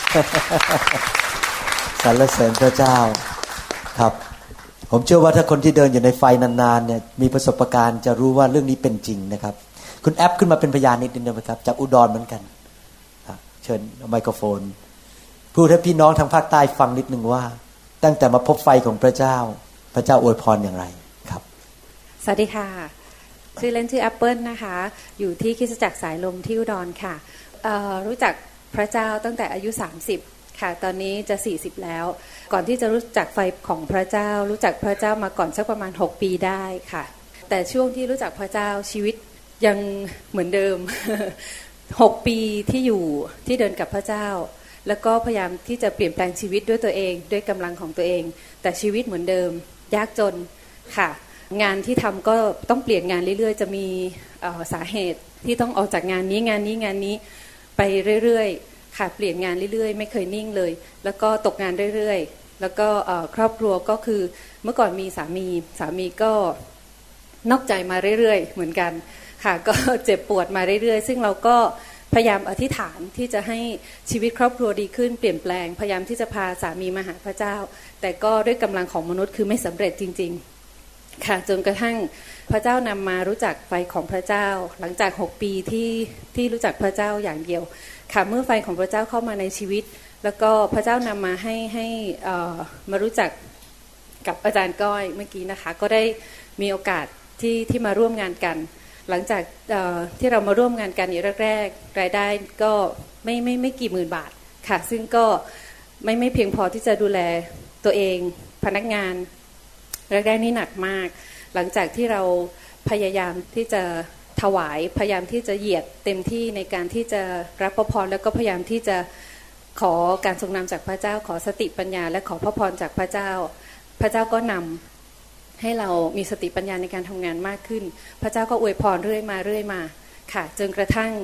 สรรเสริญพระเจ้าครับผมเชื่อว่าถ้าคนที่เดินอยู่ในไฟนานๆเนี่ยมีประสบการณ์จะรู้ว่าเรื่องนี้เป็นจริงนะครับคุณแอปขึ้นมาเป็นพยานนิดนึงได้ไหมครับจากอุดรเหมือนกันเชิญไมโครโฟนพูดให้พี่น้องทางภาคใต้ฟังนิดนึงว่าตั้งแต่มาพบไฟของพระเจ้าพระเจ้าอวยพรอย่างไรครับสวัสดีค่ะชื่อเล่นชื่อแอปเปิลนะคะอยู่ที่คริสตจักรสายลมที่อุดรค่ะรู้จักพระเจ้าตั้งแต่อายุสามสิบค่ะตอนนี้จะสี่สิบแล้วก่อนที่จะรู้จักไฟของพระเจ้ารู้จักพระเจ้ามาก่อนสักประมาณหกปีได้ค่ะแต่ช่วงที่รู้จักพระเจ้าชีวิตยังเหมือนเดิม หกปีที่อยู่ที่เดินกับพระเจ้าแล้วก็พยายามที่จะเปลี่ยนแปลงชีวิตด้วยตัวเองด้วยกำลังของตัวเองแต่ชีวิตเหมือนเดิมยากจนค่ะงานที่ทำก็ต้องเปลี่ยนงานเรื่อยๆจะมีสาเหตุที่ต้องออกจากงานนี้งานนี้งานนี้ไปเรื่อยๆค่ะเปลี่ยนงานเรื่อยๆไม่เคยนิ่งเลยแล้วก็ตกงานเรื่อยๆแล้วก็ครอบครัวก็คือเมื่อก่อนมีสามีสามีก็นอกใจมาเรื่อยๆเหมือนกันค่ะก็เจ็บปวดมาเรื่อยๆซึ่งเราก็พยายามอธิษฐานที่จะให้ชีวิตครอบครัวดีขึ้นเปลี่ยนแปลงพยายามที่จะพาสามีมาหาพระเจ้าแต่ก็ด้วยกำลังของมนุษย์คือไม่สำเร็จจริงๆค่ะจนกระทั่งพระเจ้านำมารู้จักไฟของพระเจ้าหลังจากหกปีที่ที่รู้จักพระเจ้าอย่างเดียวค่ะเมื่อไฟของพระเจ้าเข้ามาในชีวิตแล้วก็พระเจ้านำมาให้ให้มารู้จักกับอาจารย์ก้อยเมื่อกี้นะคะก็ได้มีโอกาสที่ที่มาร่วมงานกันหลังจากที่เรามาร่วมงานกันอยู่แรกๆรายได้ก็ไม่ไม่ไม่กี่หมื่นบาทค่ะซึ่งก็ไม่ไม่เพียงพอที่จะดูแลตัวเองพนักงานแรกๆนี่หนักมากหลังจากที่เราพยายามที่จะถวายพยายามที่จะเหยียดเต็มที่ในการที่จะรับพระพรแล้วก็พยายามที่จะขอการทรงนำจากพระเจ้าขอสติปัญญาและขอพระพรจากพระเจ้าพระเจ้าก็นำให้เรามีสติปัญญาในการทำงานมากขึ้นพระเจ้าก็อวยพรเรื่อยมาเรื่อยมาค่ะจนกระทั่ง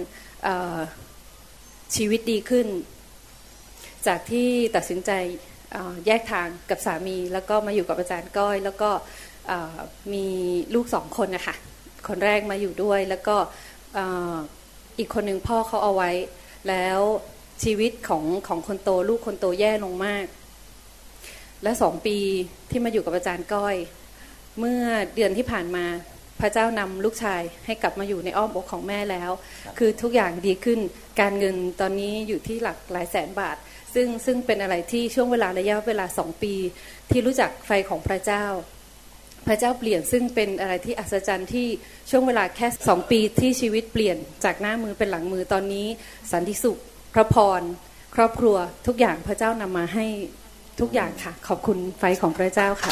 ชีวิตดีขึ้นจากที่ตัดสินใจแยกทางกับสามีแล้วก็มาอยู่กับอาจารย์ก้อยแล้วก็มีลูกสองคนนะคะคนแรกมาอยู่ด้วยแล้วก็อีกคนหนึ่งพ่อเขาเอาไว้แล้วชีวิตของของคนโตลูกคนโตแย่ลงมากและสองปีที่มาอยู่กับอาจารย์ก้อยเมื่อเดือนที่ผ่านมาพระเจ้านำลูกชายให้กลับมาอยู่ในอ้อมอกของแม่แล้วคือทุกอย่างดีขึ้นการเงินตอนนี้อยู่ที่หลักหลายแสนบาทซึ่งซึ่งเป็นอะไรที่ช่วงเวลาระยะเวลาสองปีที่รู้จักไฟของพระเจ้าพระเจ้าเปลี่ยนซึ่งเป็นอะไรที่อัศจรรย์ที่ช่วงเวลาแค่สองปีที่ชีวิตเปลี่ยนจากหน้ามือเป็นหลังมือตอนนี้สันติสุขพระพรครอบครัวทุกอย่างพระเจ้านำมาให้ทุกอย่างค่ะขอบคุณไฟของพระเจ้าค่ะ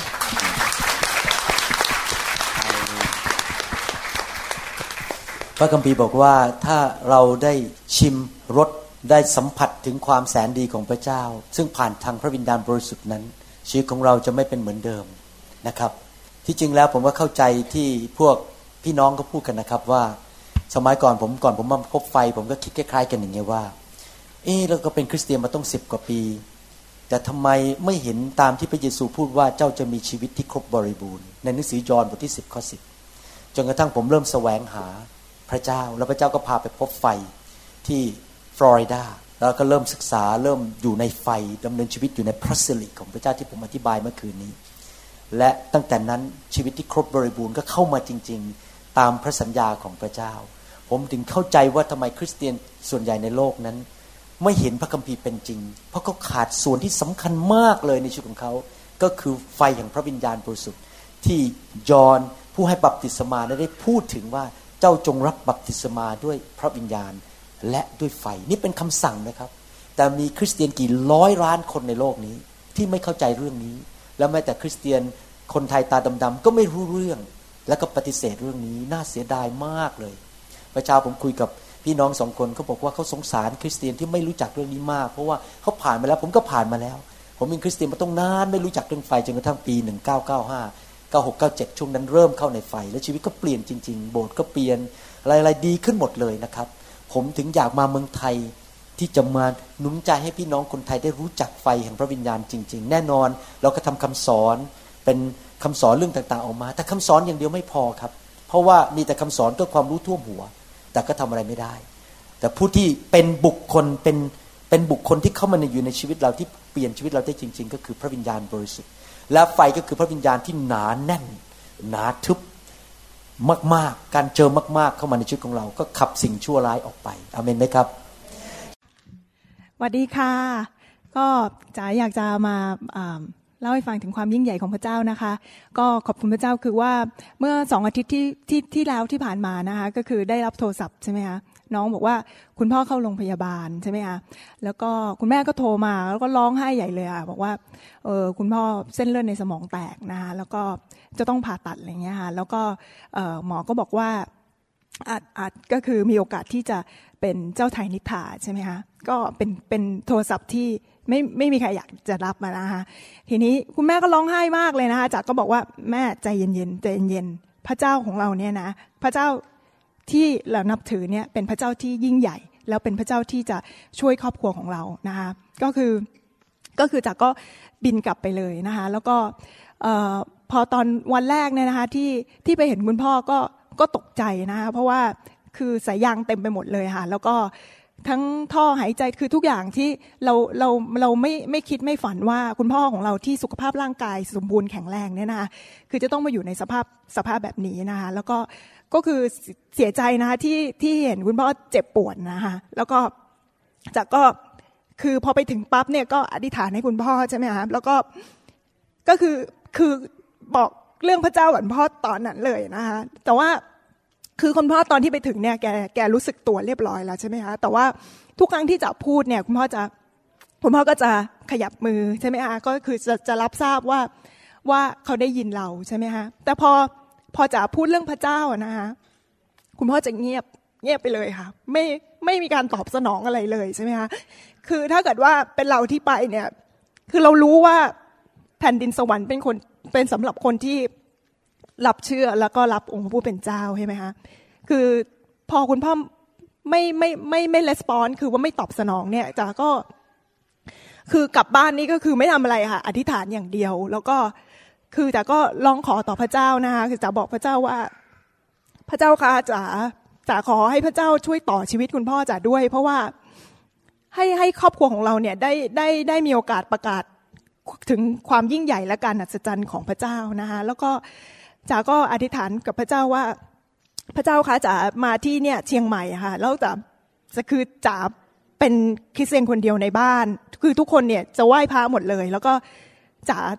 พระคัมภีร์บอกว่าถ้าเราได้ชิมรสได้สัมผัสถึงความแสนดีของพระเจ้าซึ่งผ่านทางพระวิญญาณบริสุทธิ์นั้นชีวิตของเราจะไม่เป็นเหมือนเดิมนะครับที่จริงแล้วผมก็เข้าใจที่พวกพี่น้องก็พูดกันนะครับว่าสมัยก่อนผมก่อนผมมาพบไฟผมก็คิดคล้ายๆกันอย่างเงี้ยว่าเออเราก็เป็นคริสเตียนมาต้องสิบกว่าปีแต่ทำไมไม่เห็นตามที่พระเยซูพูดว่าเจ้าจะมีชีวิตที่ครบบริบูรณ์ในหนังสือยอห์นบทที่สิบข้อสิบจนกระทั่งผมเริ่มแสวงหาพระเจ้าแล้วพระเจ้าก็พาไปพบไฟที่ฟลอริดาแล้วก็เริ่มศึกษาเริ่มอยู่ในไฟดำเนินชีวิตอยู่ในพระสิริของพระเจ้าที่ผมอธิบายเมื่อคืนนี้และตั้งแต่นั้นชีวิตที่ครบบริบูรณ์ก็เข้ามาจริงๆตามพระสัญญาของพระเจ้าผมถึงเข้าใจว่าทำไมคริสเตียนส่วนใหญ่ในโลกนั้นไม่เห็นพระคัมภีร์เป็นจริงเพราะเขาขาดส่วนที่สำคัญมากเลยในชีวิตของเขาก็คือไฟแห่งพระวิญญาณบริสุทธิ์ที่ยอห์นผู้ให้บัพติศมาได้พูดถึงว่าเจ้าจงรับบัพติศมาด้วยพระวิญญาณและด้วยไฟนี่เป็นคำสั่งนะครับแต่มีคริสเตียนกี่ร้อยล้านคนในโลกนี้ที่ไม่เข้าใจเรื่องนี้แล้วแม้แต่คริสเตียนคนไทยตาดำๆก็ไม่รู้เรื่องแล้วก็ปฏิเสธเรื่องนี้น่าเสียดายมากเลยเมื่อเช้าผมคุยกับพี่น้องสองคนเขาบอกว่าเขาสงสารคริสเตียนที่ไม่รู้จักเรื่องนี้มากเพราะว่าเขาผ่านมาแล้วผมก็ผ่านมาแล้วผมเป็นคริสเตียนมาต้องนานไม่รู้จักเรื่องไฟจนกระทั่งปีหนึ่งพันเก้าร้อยเก้าสิบห้า เก้าหก เก้าเจ็ดช่วงนั้นเริ่มเข้าในไฟแล้วชีวิตก็เปลี่ยนจริงๆโบสถ์ก็เปลี่ยนอะไรๆดีขึ้นหมดเลยนะครับผมถึงอยากมาเมืองไทยที่จะมาหนุนใจให้พี่น้องคนไทยได้รู้จักไฟแห่งพระวิญญาณจริงๆแน่นอนเราก็ทำคำสอนเป็นคำสอนเรื่องต่างๆออกมาแต่คำสอนอย่างเดียวไม่พอครับเพราะว่ามีแต่คำสอนก็ความรู้ท่วมหัวแต่ก็ทำอะไรไม่ได้แต่ผู้ที่เป็นบุคคลเป็นเป็นบุคคลที่เข้ามาในอยู่ในชีวิตเราที่เปลี่ยนชีวิตเราได้จริงๆก็คือพระวิญญาณบริสุทธิ์และไฟก็คือพระวิญญาณที่หนาแน่นหนาทึบมากๆการเจอมากๆเข้ามาในชีวิตของเราก็ขับสิ่งชั่วร้ายออกไปอาเมนไหมครับสวัสดีค่ะก็จ๋าอยากจะมาเล่าให้ฟังถึงความยิ่งใหญ่ของพระเจ้านะคะก็ขอบคุณพระเจ้าคือว่าเมื่อสองอาทิตย์ที่ที่ที่แล้วที่ผ่านมานะคะก็คือได้รับโทรศัพท์ใช่ไหมคะน้องบอกว่าคุณพ่อเข้าโรงพยาบาลใช่ไหมคะแล้วก็คุณแม่ก็โทรมาแล้วก็ร้องไห้ใหญ่เลยค่ะบอกว่าเออคุณพ่อเส้นเลือดในสมองแตกนะคะแล้วก็จะต้องผ่าตัดอะไรเงี้ยค่ะแล้วก็หมอก็บอกว่าอาจอาจก็คือมีโอกาสที่จะเป็นเจ้าไทยนิทราใช่ไหมคะก็เป็นเป็นโทรศัพท์ที่ไม่ไม่มีใครอยากจะรับมานะคะทีนี้คุณแม่ก็ร้องไห้มากเลยนะคะจากก็บอกว่าแม่ใจเย็นๆใจเย็นๆพระเจ้าของเราเนี่ยนะพระเจ้าที่เรานับถือเนี่ยเป็นพระเจ้าที่ยิ่งใหญ่แล้วเป็นพระเจ้าที่จะช่วยครอบครัวของเรานะคะก็คือก็คือจากก็บินกลับไปเลยนะคะแล้วก็พอตอนวันแรกเนี่ยนะคะที่ที่ไปเห็นคุณพ่อก็ก็ตกใจนะคะเพราะว่าคือสายยางเต็มไปหมดเลยค่ะแล้วก็ทั้งท่อหายใจคือทุกอย่างที่เราเราเราไม่ไม่คิดไม่ฝันว่าคุณพ่อของเราที่สุขภาพร่างกายสมบูรณ์แข็งแรงเนี่ยนะคะคือจะต้องมาอยู่ในสภาพสภาพแบบนี้นะคะแล้วก็ก็คือเสียใจนะคะที่ที่เห็นคุณพ่อเจ็บปวดนะคะแล้วก็จากก็คือพอไปถึงปั๊บเนี่ยก็อธิษฐานให้คุณพ่อใช่ไหมคะแล้วก็ก็คือคือบอกเรื่องพระเจ้ากับพ่อตอนนั้นเลยนะคะแต่ว่าคือคุณพ่อตอนที่ไปถึงเนี่ยแกแกรู้สึกตัวเรียบร้อยแล้วใช่ไหมคะแต่ว่าทุกครั้งที่จะพูดเนี่ยคุณพ่อจะคุณพ่อก็จะขยับมือใช่ไหมคะก็คือจะจะรับทราบว่าว่าเขาได้ยินเราใช่ไหมคะแต่พอพอจะพูดเรื่องพระเจ้านะคะคุณพ่อจะเงียบเงียบไปเลยค่ะไม่ไม่มีการตอบสนองอะไรเลยใช่ไหมคะคือถ้าเกิดว่าเป็นเราที่ไปเนี่ยคือเรารู้ว่าแผ่นดินสวรรค์เป็นคนเป็นสำหรับคนที่รับเชื่อแล้วก็รับองค์พระผู้เป็นเจ้าใช่ไหมคะคือพอคุณพ่อไม่ไม่ไม่ไม่レスปอนส์คือว่าไม่ตอบสนองเนี่ยจ๋าก็คือกลับบ้านนี่ก็คือไม่ทำอะไรค่ะอธิษฐานอย่างเดียวแล้วก็คือจ๋าก็ร้องขอต่อพระเจ้านะคะคือจ๋าบอกพระเจ้าว่าพระเจ้าคะจ๋าจ๋าขอให้พระเจ้าช่วยต่อชีวิตคุณพ่อจ๋าด้วยเพราะว่าให้ให้ครอบครัวของเราเนี่ยได้ได้ได้มีโอกาสประกาศถึงความยิ่งใหญ่และการอัศจรรย์ของพระเจ้านะคะแล้วก็จ๋าก็อธิษฐานกับพระเจ้าว่าพระเจ้าคะจ๋ามาที่เนี่ยเชียงใหม่ค่ะแล้วจ๋าจะคือจ๋าเป็นคริสเตียนคนเดียวในบ้านคือทุกคนเนี่ยจะไหว้พระหมดเลยแล้วก็จ๋า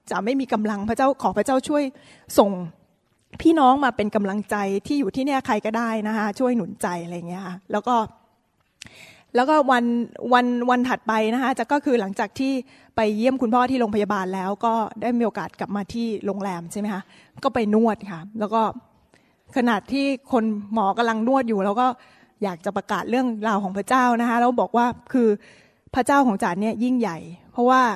จ๋าไม่มีกำลังพระเจ้าขอพระเจ้าช่วยส่งพี่น้องมาเป็นกำลังใจที่อยู่ที่เนี่ยใครก็ได้นะคะช่วยหนุนใจอะไรอย่างเงี้ยค่ะแล้วก็แล้วก็วันวันวันถัดไปนะคะจะก็คือหลังจากที่ไปเยี่ยมคุณพ่อที่โรงพยาบาลแล้วก็ได้มีโอกาสกลับมาที่โรงแรมใช่ไหมคะก็ไปนวดค่ะแล้วก็ขณะที่คนหมอกำลังนวดอยู่แล้วก็อยากจะประกาศเรื่องราวของพระเจ้านะคะแล้วบอกว่าคือพระเจ้าของจ๋าเนี่ยยิ่งใหญ่เพราะว่า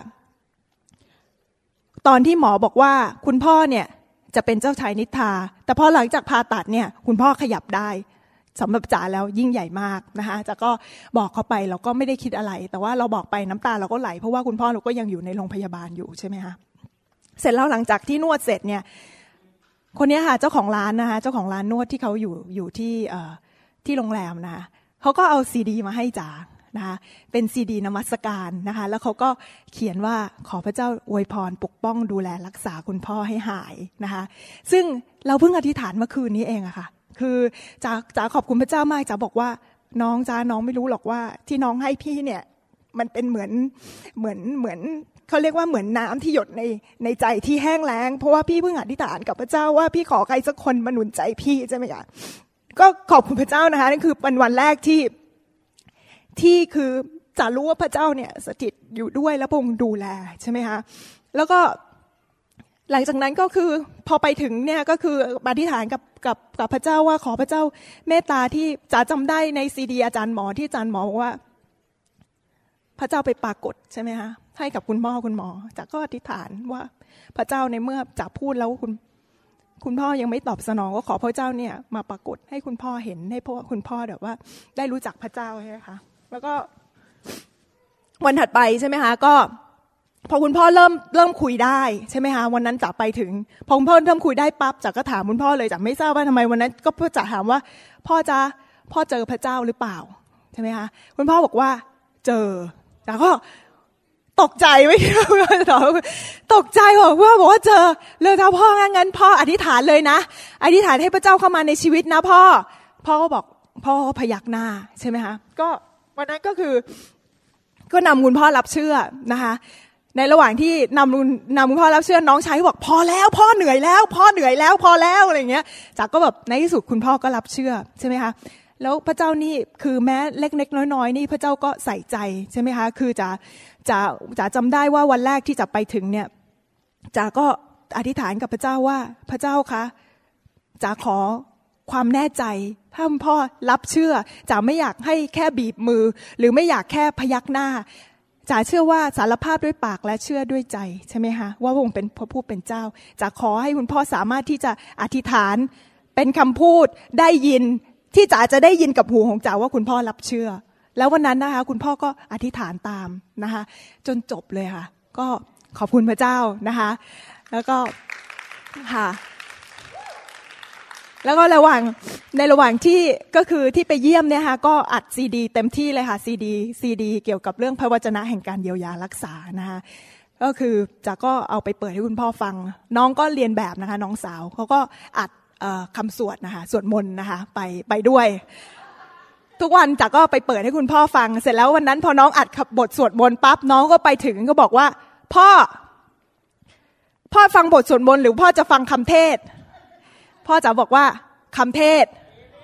ตอนที่หมอบอกว่าคุณพ่อเนี่ยจะเป็นเจ้าชายนิทราแต่พอหลังจากผ่าตัดเนี่ยคุณพ่อขยับได้สำหรับจ๋าแล้วยิ่งใหญ่มากนะคะจ๋าก็บอกเขาไปเราก็ไม่ได้คิดอะไรแต่ว่าเราบอกไปน้ำตาเราก็ไหลเพราะว่าคุณพ่อเราก็ยังอยู่ในโรงพยาบาลอยู่ใช่ไหมคะเสร็จแล้วหลังจากที่นวดเสร็จเนี่ยคนนี้ค่ะเจ้าของร้านนะคะเจ้าของร้านนวดที่เขาอยู่อยู่ที่เอ่อที่โรงแรมนะคะเขาก็เอาซีดีมาให้จ๋านะคะเป็นซีดีนมัสการนะคะแล้วเขาก็เขียนว่าขอพระเจ้าอวยพรปกป้องดูแลรักษาคุณพ่อให้หายนะคะซึ่งเราเพิ่งอธิษฐานเมื่อคืนนี้เองอะค่ะคือจ๋าจ๋าขอบคุณพระเจ้ามากจ๋าบอกว่าน้องจ๋าน้องไม่รู้หรอกว่าที่น้องให้พี่เนี่ยมันเป็นเหมือนเหมือนเหมือนเขาเรียกว่าเหมือนน้ำที่หยดในในใจที่แห้งแล้งเพราะว่าพี่เพิ่งอธิษฐานกับพระเจ้าว่าพี่ขอใครสักคนมาหนุนใจพี่ใช่ไหมคะก็ขอบคุณพระเจ้านะคะนั่นคือเป็นวันแรกที่ที่คือจะรู้ว่าพระเจ้าเนี่ยสถิตอยู่ด้วยและพระองค์ดูแลใช่ไหมคะแล้วก็หลังจากนั้นก็คือพอไปถึงเนี่ยก็คืออธิษฐานกับกับกับพระเจ้าว่าขอพระเจ้าเมตตาที่จ๋าจำได้ในซีดีอาจารย์หมอที่อาจารย์หมอบอกว่าพระเจ้าไปปรากฏใช่ไหมคะให้กับคุณพ่อคุณหมอจ๋าก็อธิษฐานว่าพระเจ้าในเมื่อจ๋าพูดแล้วคุณคุณพ่อยังไม่ตอบสนองก็ขอพระเจ้าเนี่ยมาปรากฏให้คุณพ่อเห็นให้พ่อคุณพ่อแบบว่าได้รู้จักพระเจ้าใช่ไหมคะแล้วก็วันถัดไปใช่ไหมคะก็พอคุณพ่อเริ่มเริ่มคุยได้ใช่ไหมคะวันนั้นจ๋าไปถึงพอคุณพ่อเริ่มคุยได้ปั๊บจ๋าก็ถามคุณพ่อเลยจ๋าไม่ทราบว่าทำไมวันนั้นก็จ๋าถามว่าพ่อจะพ่อเจอพระเจ้าหรือเปล่าใช่ไหมคะคุณพ่อบอกว่าเจอจ๋าก็ตกใจไม่คิดว่าจะตกใจบอกว่าบอกว่าเจอเลยถ้าพ่องั้นพ่ออธิษฐานเลยนะอธิษฐานให้พระเจ้าเข้ามาในชีวิตนะพ่อพ่อก็บอกพ่อก็พยักหน้าใช่ไหมคะก็วันนั้นก็คือก็นำคุณพ่อรับเชื่อนะคะในระหว่างที่นำนำคุณพ่อรับเชื่อน้องชายบอกพอแล้วพ่อเหนื่อยแล้วพ่อเหนื่อยแล้วพอแล้วอะไรอย่างเงี้ยจากก็แบบในที่สุดคุณพ่อก็รับเชื่อใช่ไหมคะแล้วพระเจ้านี่คือแม้เล็กๆน้อยๆนี่พระเจ้าก็ใส่ใจใช่ไหมคะคือจะจะจะจำได้ว่าวันแรกที่จะไปถึงเนี่ยจะก็อธิษฐานกับพระเจ้าว่าพระเจ้าคะจะขอความแน่ใจถ้าพ่อรับเชื่อจะไม่อยากให้แค่บีบมือหรือไม่อยากแค่พยักหน้าจะเชื่อว่าสารภาพด้วยปากและเชื่อด้วยใจใช่ไหมคะว่าพระองค์เป็นพระผู้เป็นเจ้าจะขอให้คุณพ่อสามารถที่จะอธิษฐานเป็นคำพูดได้ยินที่จ๋าจะได้ยินกับหูของจ๋าว่าคุณพ่อรับเชื่อแล้ววันนั้นนะคะคุณพ่อก็อธิษฐานตามนะคะจนจบเลยค่ะก็ขอบคุณพระเจ้านะคะแล้วก็ค่ะแล้วก็ระหว่างในระหว่างที่ก็คือที่ไปเยี่ยมเนี่ยค่ะก็อัดซีดีเต็มที่เลยค่ะซีดีซีดีเกี่ยวกับเรื่องพระวจนะแห่งการเยียวยารักษานะคะก็คือจ๋าก็เอาไปเปิดให้คุณพ่อฟังน้องก็เรียนแบบนะคะน้องสาวเขาก็อัดคำสวดนะคะสวดมนต์นะคะไปไปด้วยทุกวันจ๋าก็ไปเปิดให้คุณพ่อฟังเสร็จแล้ววันนั้นพอน้องอัดบทสวดมนต์ปั๊บน้องก็ไปถึงก็บอกว่าพ่อพ่อฟังบทสวดมนต์หรือพ่อจะฟังคำเทศพ่อจ๋าบอกว่าคำเทศ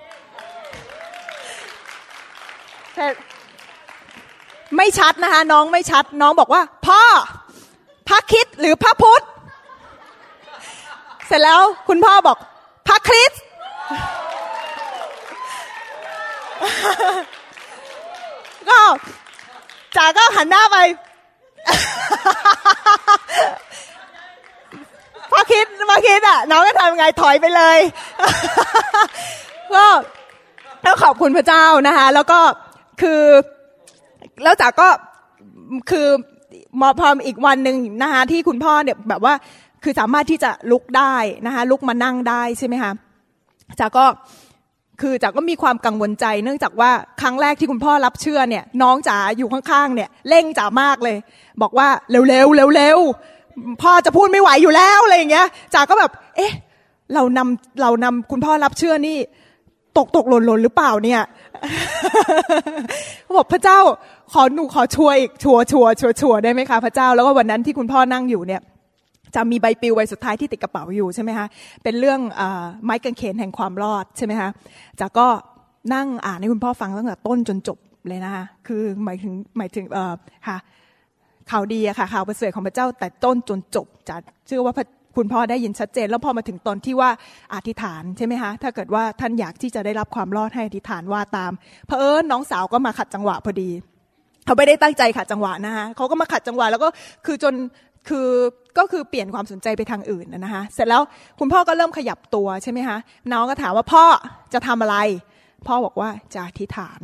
ไม่ชัดนะคะน้องไม่ชัดน้องบอกว่าพ่อพระคริสต์หรือพระพุทธเสร็จแล้วคุณพ่อบอกพระคริสต์ก็จ๋าก็หันหน้าไปพอคิดมาคิดอ่ะน้องก็ทำไงถอยไปเลยก็แล้วขอบคุณพระเจ้านะคะแล้วก็คือแล้วจ๋าก็คือมอพออีกวันหนึ่งนะคะที่คุณพ่อเนี่ยแบบว่าคือสามารถที่จะลุกได้นะคะลุกมานั่งได้ใช่ไหมคะจ๋าก็คือจ๋าก็มีความกังวลใจเนื่องจากว่าครั้งแรกที่คุณพ่อรับเชื่อเนี่ยน้องจ๋าอยู่ข้างๆเนี่ยเร่งจ๋ามากเลยบอกว่าเร็วๆเร็วๆพ่อจะพูดไม่ไหวอยู่แล้วอะไรอย่างเงี้ยจ๋าก็แบบเอ๊ะเรานำเรานำคุณพ่อรับเชื่อนี่ตกตกหล่นหล่นหรือเปล่าเนี่ยเขาบอกพระเจ้าขอหนูขอชัวร์อีกชัวร์ชัวร์ชัวร์ชัวร์ได้ไหมคะพระเจ้าแล้วก็วันนั้นที่คุณพ่อนั่งอยู่เนี่ยจะมีใบปลิวใบสุดท้ายที่ติดกระเป๋าอยู่ใช่ไหมคะเป็นเรื่องเอ่อไม้กางเขนแห่งความรอดใช่ไหมคะจ๋าก็นั่งอ่านให้คุณพ่อฟังตั้งแต่ต้นจนจบเลยนะคะคือหมายถึงหมายถึงเอ่อค่ะข่าวดีอะค่ะข่าวประเสริฐของพระเจ้าแต่ต้นจนจบจ๋าเชื่อว่าคุณพ่อได้ยินชัดเจนแล้วพอมาถึงตอนที่ว่าอธิษฐานใช่ไหมคะถ้าเกิดว่าท่านอยากที่จะได้รับความรอดให้อธิษฐานว่าตามเผอิญน้องสาวก็มาขัดจังหวะพอดีเขาไม่ได้ตั้งใจขัดจังหวะนะคะเขาก็มาขัดจังหวะแล้วก็คือจนคือก็คือเปลี่ยนความสนใจไปทางอื่นนะคะเสร็จแล้วคุณพ่อก็เริ่มขยับตัวใช่ไหมคะน้องก็ถามว่าพ่อจะทำอะไรพ่อบอกว่าจะอธิษฐาน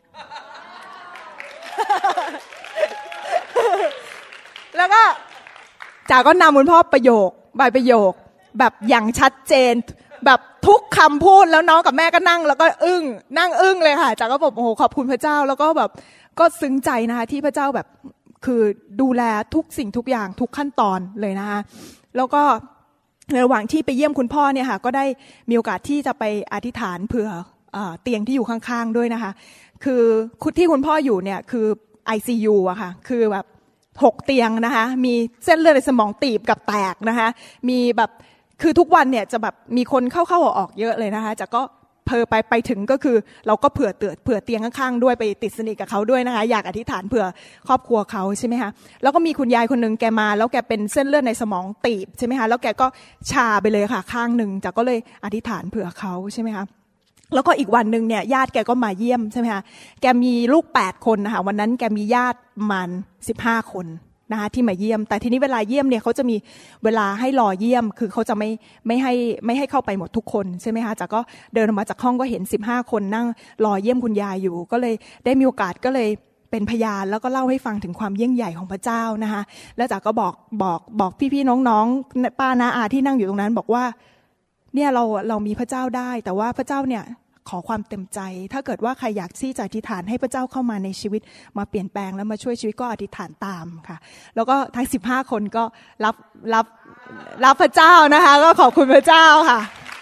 แล้วก็จ๋าก็นำคุณพ่อประโยคใบประโยคแบบอย่างชัดเจนแบบทุกคำพูดแล้วน้องกับแม่ก็นั่งแล้วก็อึ้งนั่งอึ้งเลยค่ะจ๋าก็บอกโอ้โหขอบคุณพระเจ้าแล้วก็แบบก็ซึ้งใจนะคะที่พระเจ้าแบบคือดูแลทุกสิ่งทุกอย่างทุกขั้นตอนเลยนะคะแล้วก็ในระหว่างที่ไปเยี่ยมคุณพ่อเนี่ยค่ะก็ได้มีโอกาสที่จะไปอธิษฐานเผื่อเตียงที่อยู่ข้างๆด้วยนะคะคือที่คุณพ่ออยู่เนี่ยคือ ไอ ซี ยู อะค่ะคือแบบหกเตียงนะคะมีเส้นเลือดในสมองตีบกับแตกนะคะมีแบบคือทุกวันเนี่ยจะแบบมีคนเข้าๆออกๆเยอะเลยนะคะจะก็เพอไปไปถึงก็คือเราก็เผื่อเตือเผื่อเตียงข้างๆด้วยไปติดสนิทกับเขาด้วยนะคะอยากอธิษฐานเผื่อครอบครัวเขาใช่ไหมคะแล้วก็มีคุณยายคนนึงแกมาแล้วแกเป็นเส้นเลือดในสมองตีบใช่ไหมคะแล้วแกก็ชาไปเลยค่ะข้างหนึ่งจะก็เลยอธิษฐานเผื่อเขาใช่ไหมคะแล้วก็อีกวันนึงเนี่ยญาติแกก็มาเยี่ยมใช่ไหมคะแกมีลูกแปดคนนะคะวันนั้นแกมีญาติประมาณสิบห้าคนนะคะที่มาเยี่ยมแต่ทีนี้เวลาเยี่ยมเนี่ยเขาจะมีเวลาให้รอเยี่ยมคือเขาจะไม่ไม่ให้ไม่ให้เข้าไปหมดทุกคนใช่ไหมคะจ๋าก็เดินออกมาจากห้องก็เห็นสิบห้าคนนั่งรอเยี่ยมคุณยายอยู่ก็เลยได้มีโอกาสก็เลยเป็นพยานแล้วก็เล่าให้ฟังถึงความยิ่งใหญ่ของพระเจ้านะคะแล้วจ๋าก็บอกบอกบอกพี่ๆน้องๆป้าน้าอาที่นั่งอยู่ตรงนั้นบอกว่าเนี่ยเราเรามีพระเจ้าได้แต่ว่าพระเจ้าเนี่ยขอความเต็มใจถ้าเกิดว่าใครอยากที่จะอธิษฐานให้พระเจ้าเข้ามาในชีวิตมาเปลี่ยนแปลงแล้วมาช่วยชีวิตก็อธิษฐานตามค่ะแล้วก็ทั้งสิบห้าคนก็รับรับรับพระเจ้านะคะก็ขอบคุณพระเจ้าค่ะ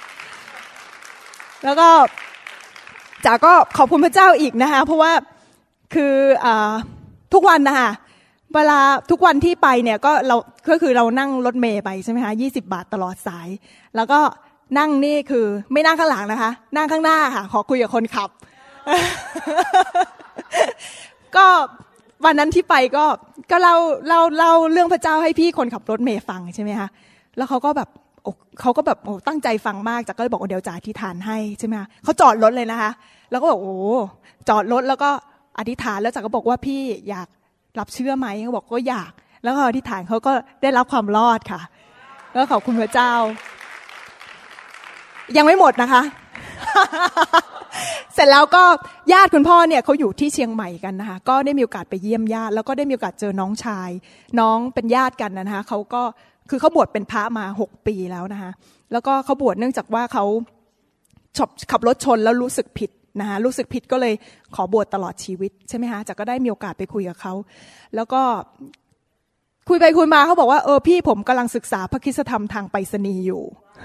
แล้วก็จ๋าก็ขอบคุณพระเจ้าอีกนะคะเพราะว่าคืออ่าทุกวันนะคะเวลาทุกวันที่ไปเนี่ยก็เราก็คือเรานั่งรถเมล์ไปใช่ไหมคะยี่สิบบาทตลอดสายแล้วก็นั่งนี่คือไม่นั่งข้างหลังนะคะนั่งข้างหน้าค่ะขอคุยกับคนขับ ก็วันนั้นที่ไปก็ก็เล่าเล่าเล่าเรื่องพระเจ้าให้พี่คนขับรถเมล์ฟังใช่ไหมคะแล้วเขาก็แบบเขาก็แบบโอ้ตั้งใจฟังมากจากก็เลยบอกว่าเดี๋ยวจะอธิษฐานให้ใช่ไหมคะเขาจอดรถเลยนะคะแล้วก็บอกโอ้จอดรถแล้วก็อธิษฐานแล้วจากก็บอกว่าพี่อยากรับเชื่อไหมเขาบอกก็อยากแล้วก็อธิษฐานเขาก็ได้รับความรอดค่ะแล้วขอบคุณพระเจ้ายังไม่หมดนะคะ เสร็จแล้วก็ญาติคุณพ่อเนี่ยเขาอยู่ที่เชียงใหม่กันนะคะก็ได้มีโอกาสไปเยี่ยมญาติแล้วก็ได้มีโอกาสเจอน้องชายน้องเป็นญาติกันนะคะเขาก็คือเขาบวชเป็นพระมาหกปีแล้วนะคะแล้วก็เขาบวชเนื่องจากว่าเขาขับรถชนแล้วรู้สึกผิดนะคะรู้สึกผิดก็เลยขอบวชตลอดชีวิตใช่ไหมคะจากก็ได้มีโอกาสไปคุยกับเขาแล้วก็คุยไปคุยมาเขาบอกว่าเออพี่ผมกำลังศึกษาพระคริสตธรรมทางไปรษณีย์อยู่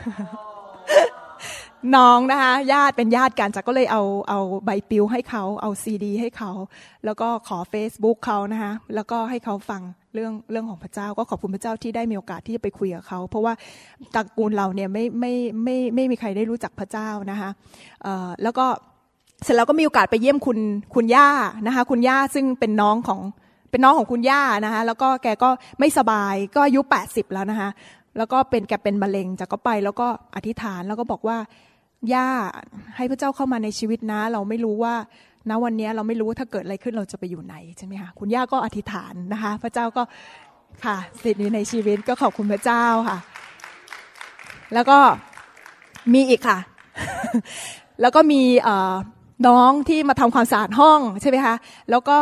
น้องนะคะญาติเป็นญาติกันจากก็เลยเอาเอาใบปลิวให้เขาเอาซีดีให้เขาแล้วก็ขอ Facebook เขานะคะแล้วก็ให้เขาฟังเรื่องเรื่องของพระเจ้าก็ขอบคุณพระเจ้าที่ได้มีโอกาสที่จะไปคุยกับเขาเพราะว่าตระกูลเราเนี่ยไม่ไม่ไม่ไม่มีใครได้รู้จักพระเจ้านะคะเอ่อแล้วก็เสร็จแล้วก็มีโอกาสไปเยี่ยมคุณคุณย่านะคะคุณย่าซึ่งเป็นน้องของเป็นน้องของคุณย่านะคะแล้วก็แกก็ไม่สบายก็อายุแปดสิบแล้วนะคะแล้วก็เป็นแกเป็นมะเร็งจากก็ไปแล้วก็อธิษฐานแล้วก็บอกว่าย่าให้พระเจ้าเข้ามาในชีวิตนะเราไม่รู้ว่าณวันนี้เราไม่รู้ว่าถ้าเกิดอะไรขึ้นเราจะไปอยู่ไหนใช่ไหมคะคุณย่าก็อธิษฐานนะคะพระเจ้าก็ค่ะสิทธิ์นี้ในชีวิตก็ขอบคุณพระเจ้าค่ะแล้วก็มีอีกค่ะ แล้วก็มีน้องที่มาทำความสะอาดห้องใช่ไหมคะแล้วก็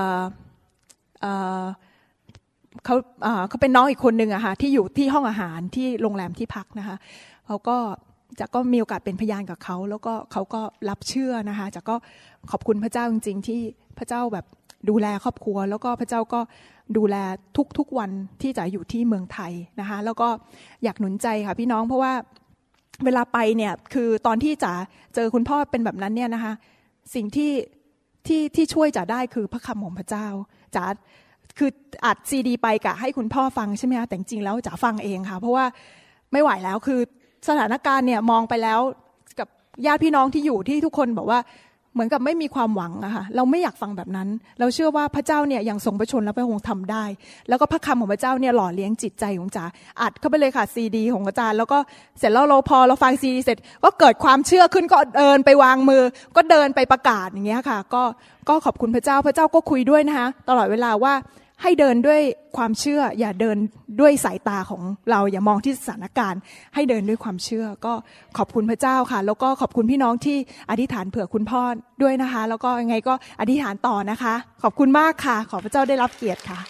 เขาเขาเป็นน้องอีกคนนึงอะค่ะที่อยู่ที่ห้องอาหารที่โรงแรมที่พักนะคะเขาก็จะก็มีโอกาสเป็นพยานกับเขาแล้วก็เขาก็รับเชื่อนะคะจะก็ขอบคุณพระเจ้าจริงๆที่พระเจ้าแบบดูแลครอบครัวแล้วก็พระเจ้าก็ดูแลทุกๆวันที่จะอยู่ที่เมืองไทยนะคะแล้วก็อยากหนุนใจค่ะพี่น้องเพราะว่าเวลาไปเนี่ยคือตอนที่จ๋าเจอคุณพ่อเป็นแบบนั้นเนี่ยนะคะสิ่งที่ที่ที่ช่วยจ๋าได้คือพระคำของพระเจ้าจ๋าคืออัดซีดีไปกะให้คุณพ่อฟังใช่ไหมคะแต่จริงๆแล้วจ๋าฟังเองค่ะเพราะว่าไม่ไหวแล้วคือสถานการณ์เนี่ยมองไปแล้วกับญาติพี่น้องที่อยู่ที่ทุกคนบอกว่าเหมือนกับไม่มีความหวังอะค่ะเราไม่อยากฟังแบบนั้นเราเชื่อว่าพระเจ้าเนี่ยยังทรงพระชนและพระองค์ทำได้แล้วก็พระคำของพระเจ้าเนี่ยหล่อเลี้ยงจิตใจของจ๋าอัดเข้าไปเลยค่ะซีดีของอาจารย์แล้วก็เสร็จแล้วเราพอเราฟังซีดีเสร็จก็เกิดความเชื่อขึ้นก็เดินไปวางมือก็เดินไปประกาศอย่างเงี้ยค่ะก็ก็ขอบคุณพระเจ้าพระเจ้าก็คุยด้วยนะคะตลอดเวลาว่าให้เดินด้วยความเชื่ออย่าเดินด้วยสายตาของเราอย่ามองที่สถานการณ์ให้เดินด้วยความเชื่อก็ขอบคุณพระเจ้าค่ะแล้วก็ขอบคุณพี่น้องที่อธิษฐานเผื่อคุณพ่อด้วยนะคะแล้วก็ยังไงก็อธิษฐานต่อนะคะขอบคุณมากค่ะขอพระเจ้าได้รับเกียรติค่ะ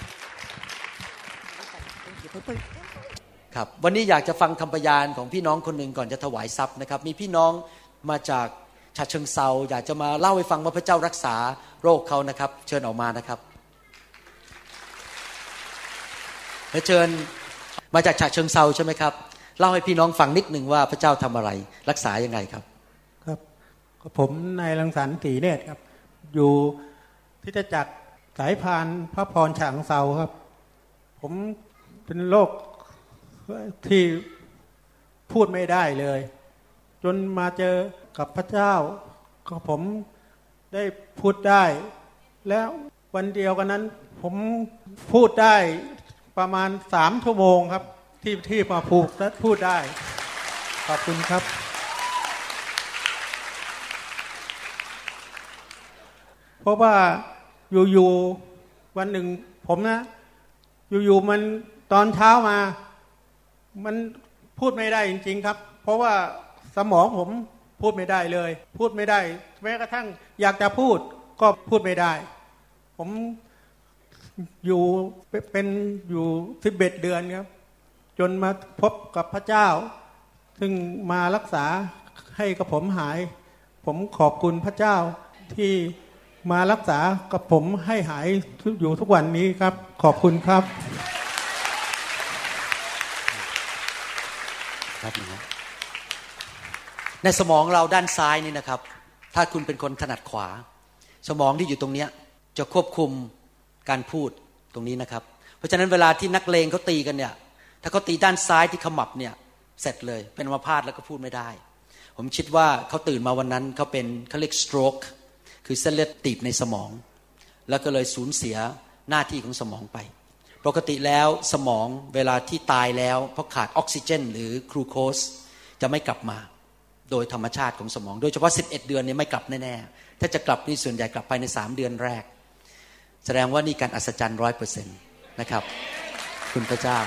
ครับวันนี้อยากจะฟังคำพยานของพี่น้องคนหนึ่งก่อนจะถวายทรัพย์นะครับมีพี่น้องมาจากฉะเชิงเทราอยากจะมาเล่าให้ฟังว่าพระเจ้ารักษาโรคเขานะครับเชิญออกมานะครับและเชิญมาจากฉะเชิงเทราใช่ไหมครับเล่าให้พี่น้องฟังนิดหนึ่งว่าพระเจ้าทำอะไรรักษายังไงครับครับผมนายรังสรรค์ศรีเนตรครับอยู่ที่จะจักรสายพานพระพรฉะเชิงเทราครับผมเป็นโรคที่พูดไม่ได้เลยจนมาเจอกับพระเจ้าก็ผมได้พูดได้แล้ววันเดียวกันนั้นผมพูดได้ประมาณสามชั่วโมงครับที่ที่มาพูดพูดได้ขอบคุณครับเพราะว่าอยู่ๆวันหนึ่งผมนะอยู่ๆมันตอนเช้ามามันพูดไม่ได้จริงๆครับเพราะว่าสมองผมพูดไม่ได้เลยพูดไม่ได้แม้กระทั่งอยากจะพูดก็พูดไม่ได้ผมอยู่เป็นอยู่สิบเอ็ดเดือนครับจนมาพบกับพระเจ้าซึ่งมารักษาให้กับผมหายผมขอบคุณพระเจ้าที่มารักษากับผมให้หายอยู่ทุกวันนี้ครับขอบคุณครับครับในสมองเราด้านซ้ายนี่นะครับถ้าคุณเป็นคนถนัดขวาสมองที่อยู่ตรงนี้จะควบคุมการพูดตรงนี้นะครับเพราะฉะนั้นเวลาที่นักเลงเขาตีกันเนี่ยถ้าเขาตีด้านซ้ายที่ขมับเนี่ยเสร็จเลยเป็นอัมพาตแล้วก็พูดไม่ได้ผมคิดว่าเขาตื่นมาวันนั้นเขาเป็นเขาเรียก stroke คือเส้นเลือดตีบในสมองแล้วก็เลยสูญเสียหน้าที่ของสมองไปปกติแล้วสมองเวลาที่ตายแล้วเพราะขาดออกซิเจนหรือกลูโคสจะไม่กลับมาโดยธรรมชาติของสมองโดยเฉพาะสิบเอ็ดเดือนนี้ไม่กลับแน่ๆถ้าจะกลับนี่ส่วนใหญ่กลับภายในสามเดือนแรกแสดงว่านี่การอัศจรรย์ ร้อยเปอร์เซ็นต์ นะครับคุณพระเจ้า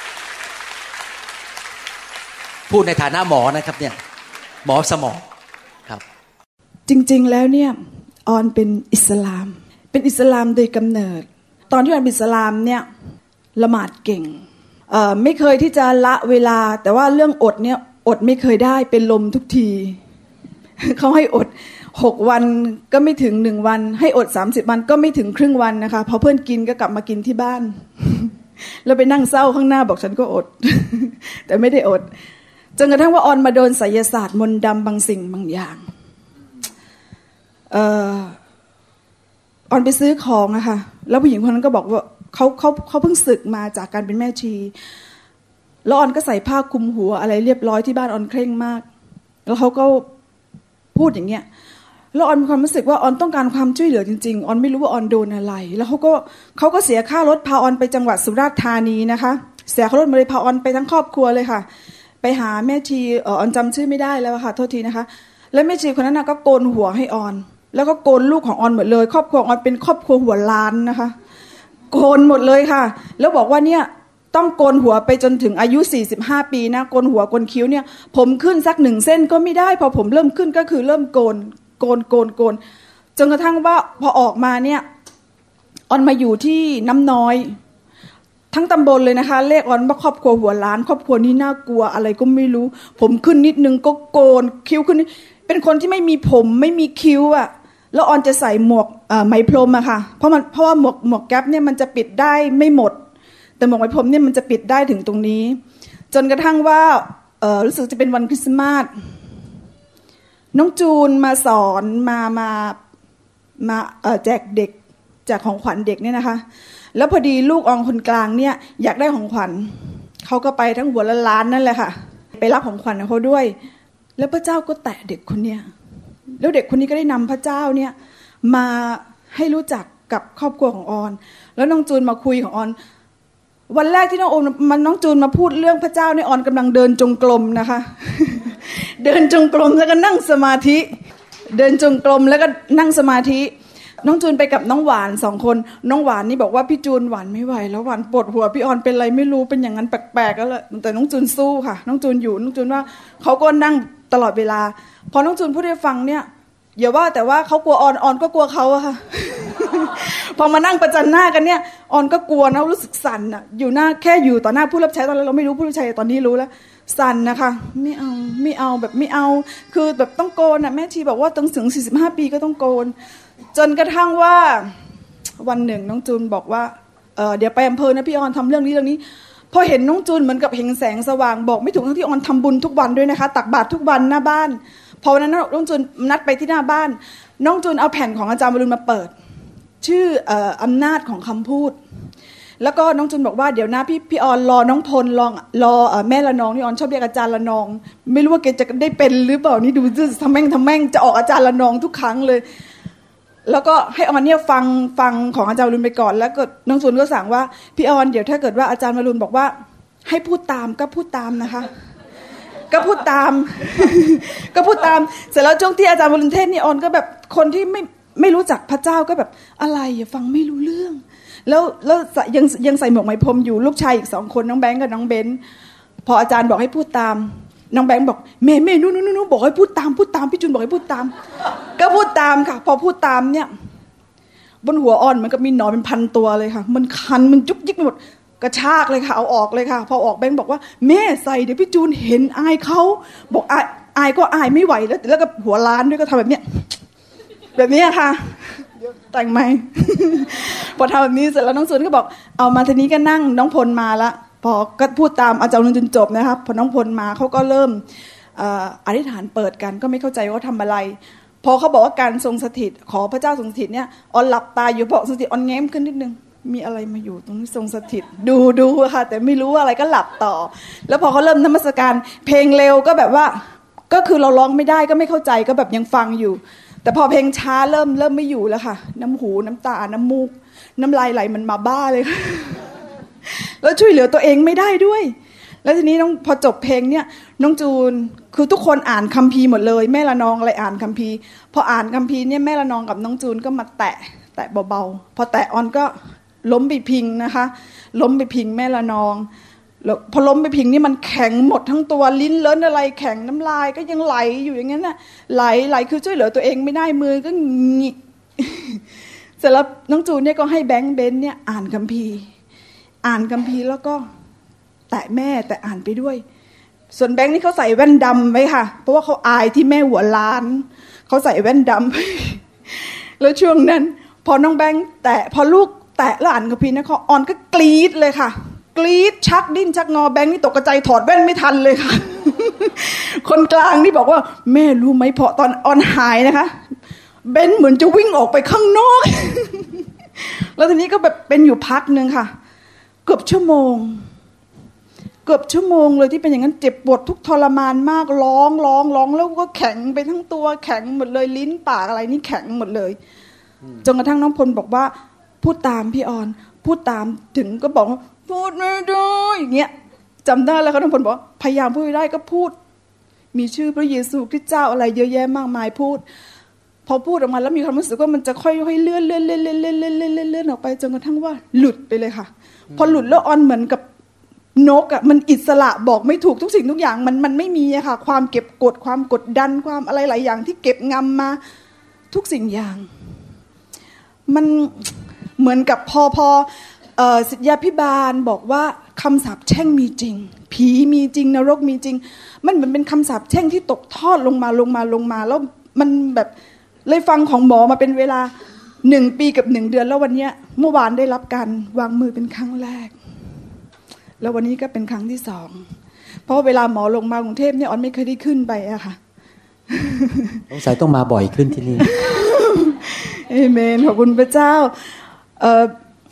พูดในฐานะหมอนะครับเนี่ยหมอสมองครับจริงๆแล้วเนี่ยออนเป็นอิสลามเป็นอิสลามโดยกำเนิดตอนที่ออนเป็นอิสลามเนี่ยละหมาดเก่งเอ่อไม่เคยที่จะละเวลาแต่ว่าเรื่องอดเนี่ยอดไม่เคยได้เป็นลมทุกที เขาให้อดหกวันก็ไม่ถึงหนึ่งวันให้อดสามสิบวันก็ไม่ถึงครึ่งวันนะคะพอเพื่อนกินก็กลับมากินที่บ้าน แล้วไปนั่งเศร้าข้างหน้าบอกฉันก็อด แต่ไม่ได้อดจนกระทั่งว่าออนมาโดนไสยศาสตร์มนต์ดำบางสิ่งบางอย่างเอ่อออนไปซื้อของอะค่ะแล้วผู้หญิงคนนั้นก็บอกว่าเขาเขาเขาเพิ่งศึกมาจากการเป็นแม่ชีแล้วออนก็ใส่ผ้าคลุมหัวอะไรเรียบร้อยที่บ้านออนเคร่งมากแล้วเขาก็พูดอย่างเงี้ยแล้วออนมีความรู้สึกว่าออนต้องการความช่วยเหลือจริงๆออนไม่รู้ว่าออนโดนอะไรแล้วเขาก็เขาก็เสียค่ารถพาออนไปจังหวัดสุราษฎร์ธานีนะคะเสียค่ารถมาเลยพาออนไปทั้งครอบครัวเลยค่ะไปหาแม่ชีเอ่อออนจำชื่อไม่ได้แล้วค่ะโทษทีนะคะแล้วแม่ชีคนนั้นก็โกนหัวให้ออนแล้วก็โกนลูกของออนหมดเลยครอบครัวออนเป็นครอบครัวหัวล้านนะคะโกนหมดเลยค่ะแล้วบอกว่าเนี่ยต้องโกนหัวไปจนถึงอายุสี่สิบห้าปีนะโกนหัวโกนคิ้วเนี่ยผมขึ้นสักหนึ่งเส้นก็ไม่ได้พอผมเริ่มขึ้นก็คือเริ่มโกนโกนโกนโกนจนกระทั่งว่าพอออกมาเนี่ยออนมาอยู่ที่น้ำน้อยทั้งตำบลเลยนะคะเลขออนว่าครอบครัวหัวล้านครอบครัวนี้น่ากลัวอะไรก็ไม่รู้ผมขึ้นนิดนึงก็โกนคิ้วขึ้นเป็นคนที่ไม่มีผมไม่มีคิ้วอะแล้วออนจะใส่หมวกไหมพรมอะค่ะเพราะมันเพราะว่าหมวกหมวกแก๊ปเนี่ยมันจะปิดได้ไม่หมดแต่หมวกไหมพรมเนี่ยมันจะปิดได้ถึงตรงนี้จนกระทั่งว่ารู้สึกจะเป็นวันคริสต์มาสน้องจูนมาสอนมามามาแจกเด็กแจกของขวัญเด็กเนี่ยนะคะแล้วพอดีลูกออนคนกลางเนี่ยอยากได้ของขวัญเขาก็ไปทั้งหัวละล้านนั่นแหละค่ะไปรับของขวัญของเขาด้วยแล้วพระเจ้าก็แตะเด็กคนเนี้ยแล้วเด็กคนนี้ก็ได้นำพระเจ้าเนี่ยมาให้รู้จักกับครอบครัวของออนแล้วน้องจูนมาคุยของออนวันแรกที่น้องโอมมันน้องจูนมาพูดเรื่องพระเจ้าเนี่ยออนกำลังเดินจงกรมนะคะ เดินจงกรมแล้วก็นั่งสมาธิเดินจงกรมแล้วก็นั่งสมาธิน้องจูนไปกับน้องหวานสองคนน้องหวานนี่บอกว่าพี่จูนหวานไม่ไหวแล้วหวานปวดหัวพี่ออนเป็นอะไรไม่รู้เป็นอย่างนั้นแปลกๆแล้วแหละแต่น้องจูนสู้ค่ะน้องจูนอยู่น้องจูนว่าเขาก็นั่งตลอดเวลาพอน้องจูนพูดให้ฟังเนี่ยอย่าว่าแต่ว่าเขากลัวออนออนก็กลัวเขาอะค่ะ พอมานั่งประจันหน้ากันเนี่ยออนก็กลัวนะรู้สึกสั่นอะอยู่หน้าแค่อยู่ต่อหน้าผู้รับใช้ตอนนั้นเราไม่รู้ผู้รับใช้ตอนนี้รู้แล้วสั่นนะคะไม่เอาไม่เอาแบบไม่เอาคือแบบต้องโกนอะแม่ชีบอกว่าต้องถึงสี่สิบห้าปีก็ต้องโกนจนกระทั่งว่าวันหนึ่งน้องจูนบอกว่าเออเดี๋ยวไปอำเภอนะพี่ออนทำเรื่องนี้เรื่องนี้พอเห็นน้องจูนเหมือนกับเห็นแสงสว่างบอกไม่ถูกทั้งที่ออนทำบุญทุกวันด้วยนะคะตักบาตรทุกวันหน้าบ้านพอวันนั้นน้องจูนนัดไปที่หน้าบ้านน้องจูนเอาแผ่นของอาจารย์วรุณมาเปิดชื่อเอ่ออำนาจของคำพูดแล้วก็น้องจูนบอกว่าเดี๋ยวนะพี่พี่ออนรอน้องพลรอรอแม่ละนองนี่ออนชอบเรียกอาจารย์ละนองไม่รู้ว่าแกจะได้เป็นหรือเปล่านี่ดูทำแม่งทำแม่งจะออกอาจารย์ละนองทุกครั้งเลยแล้วก็ให้ออนเนี่ยฟังฟังของอาจารย์วรุณไปก่อนแล้วก็น้องจูนก็สั่งว่าพี่ออนเดี๋ยวถ้าเกิดว่าอาจารย์วรุณบอกว่าให้พูดตามก็พูดตามนะคะก็พูดตาม ก็พูดตามเสร็จแล้วช่วงที่อาจารย์วรุณเทศนี่ออนก็แบบคนที่ไม่ไม่รู้จักพระเจ้าก็แบบอะไรอย่าฟังไม่รู้เรื่องแล้วแล้วยังยังใส่หมวกไหมพรมอยู่ลูกชายอีกสองคนน้องแบงค์กับน้องเบนพออาจารย์บอกให้พูดตามน้องแบงค์บอกแม่แม่นู้นนู้นบอกให้พูดตามพูดตามพี่จุนบอกให้พูดตามก็พูดตามค่ะพอพูดตามเนี่ยบนหัวอ่อนมันก็มีหนอนเป็นพันตัวเลยค่ะมันคันมันจุกยิกไปหมดกระชากเลยค่ะเอาออกเลยค่ะพอออกแบงค์บอกว่าแม่ใส่เดี๋ยวพี่จูนเห็นอายเขาบอกอายอายก็อายไม่ไหวแล้วแล้วก็หัวล้านด้วยก็ทำแบบเนี้ยแบบนี้ค่ะแต่งไหม พอทำแบบนี้เสร็จแล้วน้องจูนก็บอกเอามาทีนี้ก็นั่งน้องพลมาละพอก็พูดตามอาจารย์จนจบนะครับพอน้องพลมาเขาก็เริ่มอธิษฐานเปิดกันก็ไม่เข้าใจว่าทำอะไรพอเขาบอกว่าการทรงสถิตขอพระเจ้าทรงสถิตเนี่ยออนหลับตาอยู่พอทรงสถิตออนแง้มขึ้นนิดนึงมีอะไรมาอยู่ตรงนี้ทรงสถิตดูดูค่ะแต่ไม่รู้ว่าอะไรก็หลับต่อแล้วพอเขาเริ่มนมัสการเพลงเร็วก็แบบว่าก็คือเราร้องไม่ได้ก็ไม่เข้าใจก็แบบยังฟังอยู่แต่พอเพลงช้าเริ่มเริ่มไม่อยู่แล้วค่ะน้ำหูน้ำตาน้ำมูกน้ำลายไหลมันมาบ้าเลยค่ะแล้วช่วยเหลือตัวเองไม่ได้ด้วยแล้วทีนี้น้องพอจบเพลงเนี่ยน้องจูนคือทุกคนอ่านคัมภีร์หมดเลยแม่ละนองอะไรอ่านคัมภีร์พออ่านคัมภีร์เนี่ยแม่ละนองกับน้องจูนก็มาแตะแตะเบาๆพอแตะออนก็ล้มไปพิงนะคะล้มไปพิงแม่ละนองแล้วพอล้มไปพิงนี่มันแข็งหมดทั้งตัวลิ้นเลิ้นอะไรแข็งน้ำลายก็ยังไหลอยู่อย่างนั้นน่ะไหลไหลคือช่วยเหลือตัวเองไม่ได้มือก็หงิกเสร็จแล้วน้องจูนเนี่ยก็ให้แบงค์เบนเนี่ยอ่านคัมภีร์อ่านคัมภีร์แล้วก็แตะแม่แต่อ่านไปด้วยส่วนแบงค์นี่เขาใส่แว่นดำไว้ค่ะเพราะว่าเขาอายที่แม่หัวล้านเขาใส่แว่นดำแล้วช่วงนั้นพอน้องแบงค์แตะพอลูกแตะแล้วอ่านคัมภีร์นะเขาออนก็กรี๊ดเลยค่ะกรี๊ดชักดิ้นชักงอแบงค์นี่ตกใจถอดแว่นไม่ทันเลยค่ะ คนกลางนี่บอกว่าแม่รู้ไหมพอตอนออนหายนะคะเบนเหมือนจะวิ่งออกไปข้างนอก แล้วทีนี้ก็แบบเป็นอยู่พักนึงค่ะเกือบชั่วโมงเกือบชั่วโมงเลยที่เป็นอย่างนั้นเจ็บปวดทุกทรมานมากร้องร้องร้องแล้วก็แข็งไปทั้งตัวแข็งหมดเลยลิ้นปากอะไรนี่แข็งหมดเลยจนกระทั่งน้องพลบอกว่าพูดตามพี่ออนพูดตามถึงก็บอกว่าพูดไม่ได้อย่างเงี้ยจำได้แล้วค่ะน้องพลบอกพยายามพูดได้ก็พูดมีชื่อพระเยซูคริสต์เจ้าอะไรเยอะแยะมากมายพูดพอพูดออกมาแล้วมีความรู้สึกว่ามันจะค่อยๆเลื่อนเลื่อนเลื่อนเลื่อนเลื่อนเลื่อนเลื่อนเลื่อนออกไปจนกระทั่งว่าหลุดไปเลยค่ะพอหลุดแล้วออนเหมือนกับนกอ่ะมันอิสระบอกไม่ถูกทุกสิ่งทุกอย่างมันมันไม่มีอะค่ะความเก็บกดความกดดันความอะไรหลายอย่างที่เก็บงำมาทุกสิ่งอย่างมันเหมือนกับพอพอศิษยาภิบาลบอกว่าคำสาปแช่งมีจริงผีมีจริงนรกมีจริงมันเหมือนเป็นคำสาปแช่งที่ตกทอดลงมาลงมาลงมาแล้วมันแบบเลยฟังของหมอมาเป็นเวลาหนึ่งปีกับหนึ่งเดือนแล้ววันนี้เมื่อวานได้รับการวางมือเป็นครั้งแรกแล้ววันนี้ก็เป็นครั้งที่สองเพราะเวลาหมอลงมากรุงเทพเนี่ยออนไม่เคยได้ขึ้นไปอะค่ะสงสัยต้องมาบ่อยขึ้นที่นี่เอเมนขอบคุณพระเจ้าเอ่อ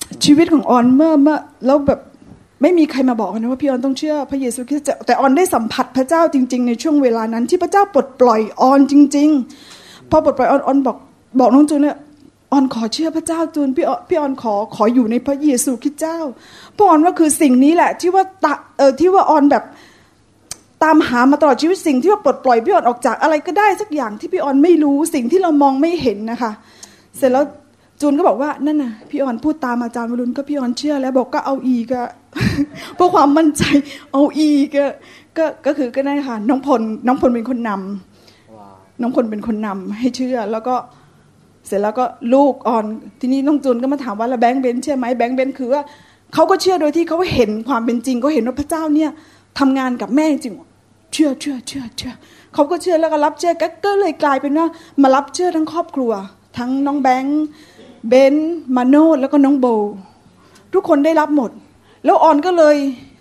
ชีวิตของออนเมื่อเมื่อแล้วแบบไม่มีใครมาบอกนะว่าพี่ออนต้องเชื่อพระเยซูคริสต์แต่ออนได้สัมผัสพระเจ้าจริงๆในช่วงเวลานั้นที่พระเจ้าปลดปล่อยออนจริงๆพอปลดปล่อยออนออนบอกบอกน้องจูนเนี่ยออนขอเชื่อพระเจ้าจูนพี่ออนพี่ออนขอขออยู่ในพระเยซูคริสต์เจ้าเพราะออนว่าคือสิ่งนี้แหละที่ว่าตะเออที่ว่าออนแบบตามหามาตลอดชีวิตสิ่งที่ว่าปลดปล่อยพี่ออนออกจากอะไรก็ได้สักอย่างที่พี่ออนไม่รู้สิ่งที่เรามองไม่เห็นนะคะเสร็จแล้วจูนก็บอกว่านั่นน่ะพี่ออนพูดตามอาจารย์วรุณก็พี่ออนเชื่อแล้วบอกก็เอาอีกอะเพราะความมั่นใจเอาอีกอะก็ก็คือก็ได้ค่ะน้องพลน้องพลเป็นคนนำน้องพลเป็นคนนำให้เชื่อแล้วก็เสร็จแล้วก็ลูกออนทีนี้น้องจูนก็มาถามว่าแล้วแบงค์เบนเชื่อไหมแบงค์เบนคือว่าเขาก็เชื่อโดยที่เขาเห็นความเป็นจริงเขาเห็นว่าพระเจ้าเนี่ยทำงานกับแม่จริงเชื่อเชื่อเชื่อเชื่อเขาก็เชื่อแล้วก็รับเชื่อก็เลยกลายเป็นว่ามารับเชื่อทั้งครอบครัวทั้งน้องแบงค์เบนมาโนดแล้วก็น้องโบทุกคนได้รับหมดแล้วออนก็เลย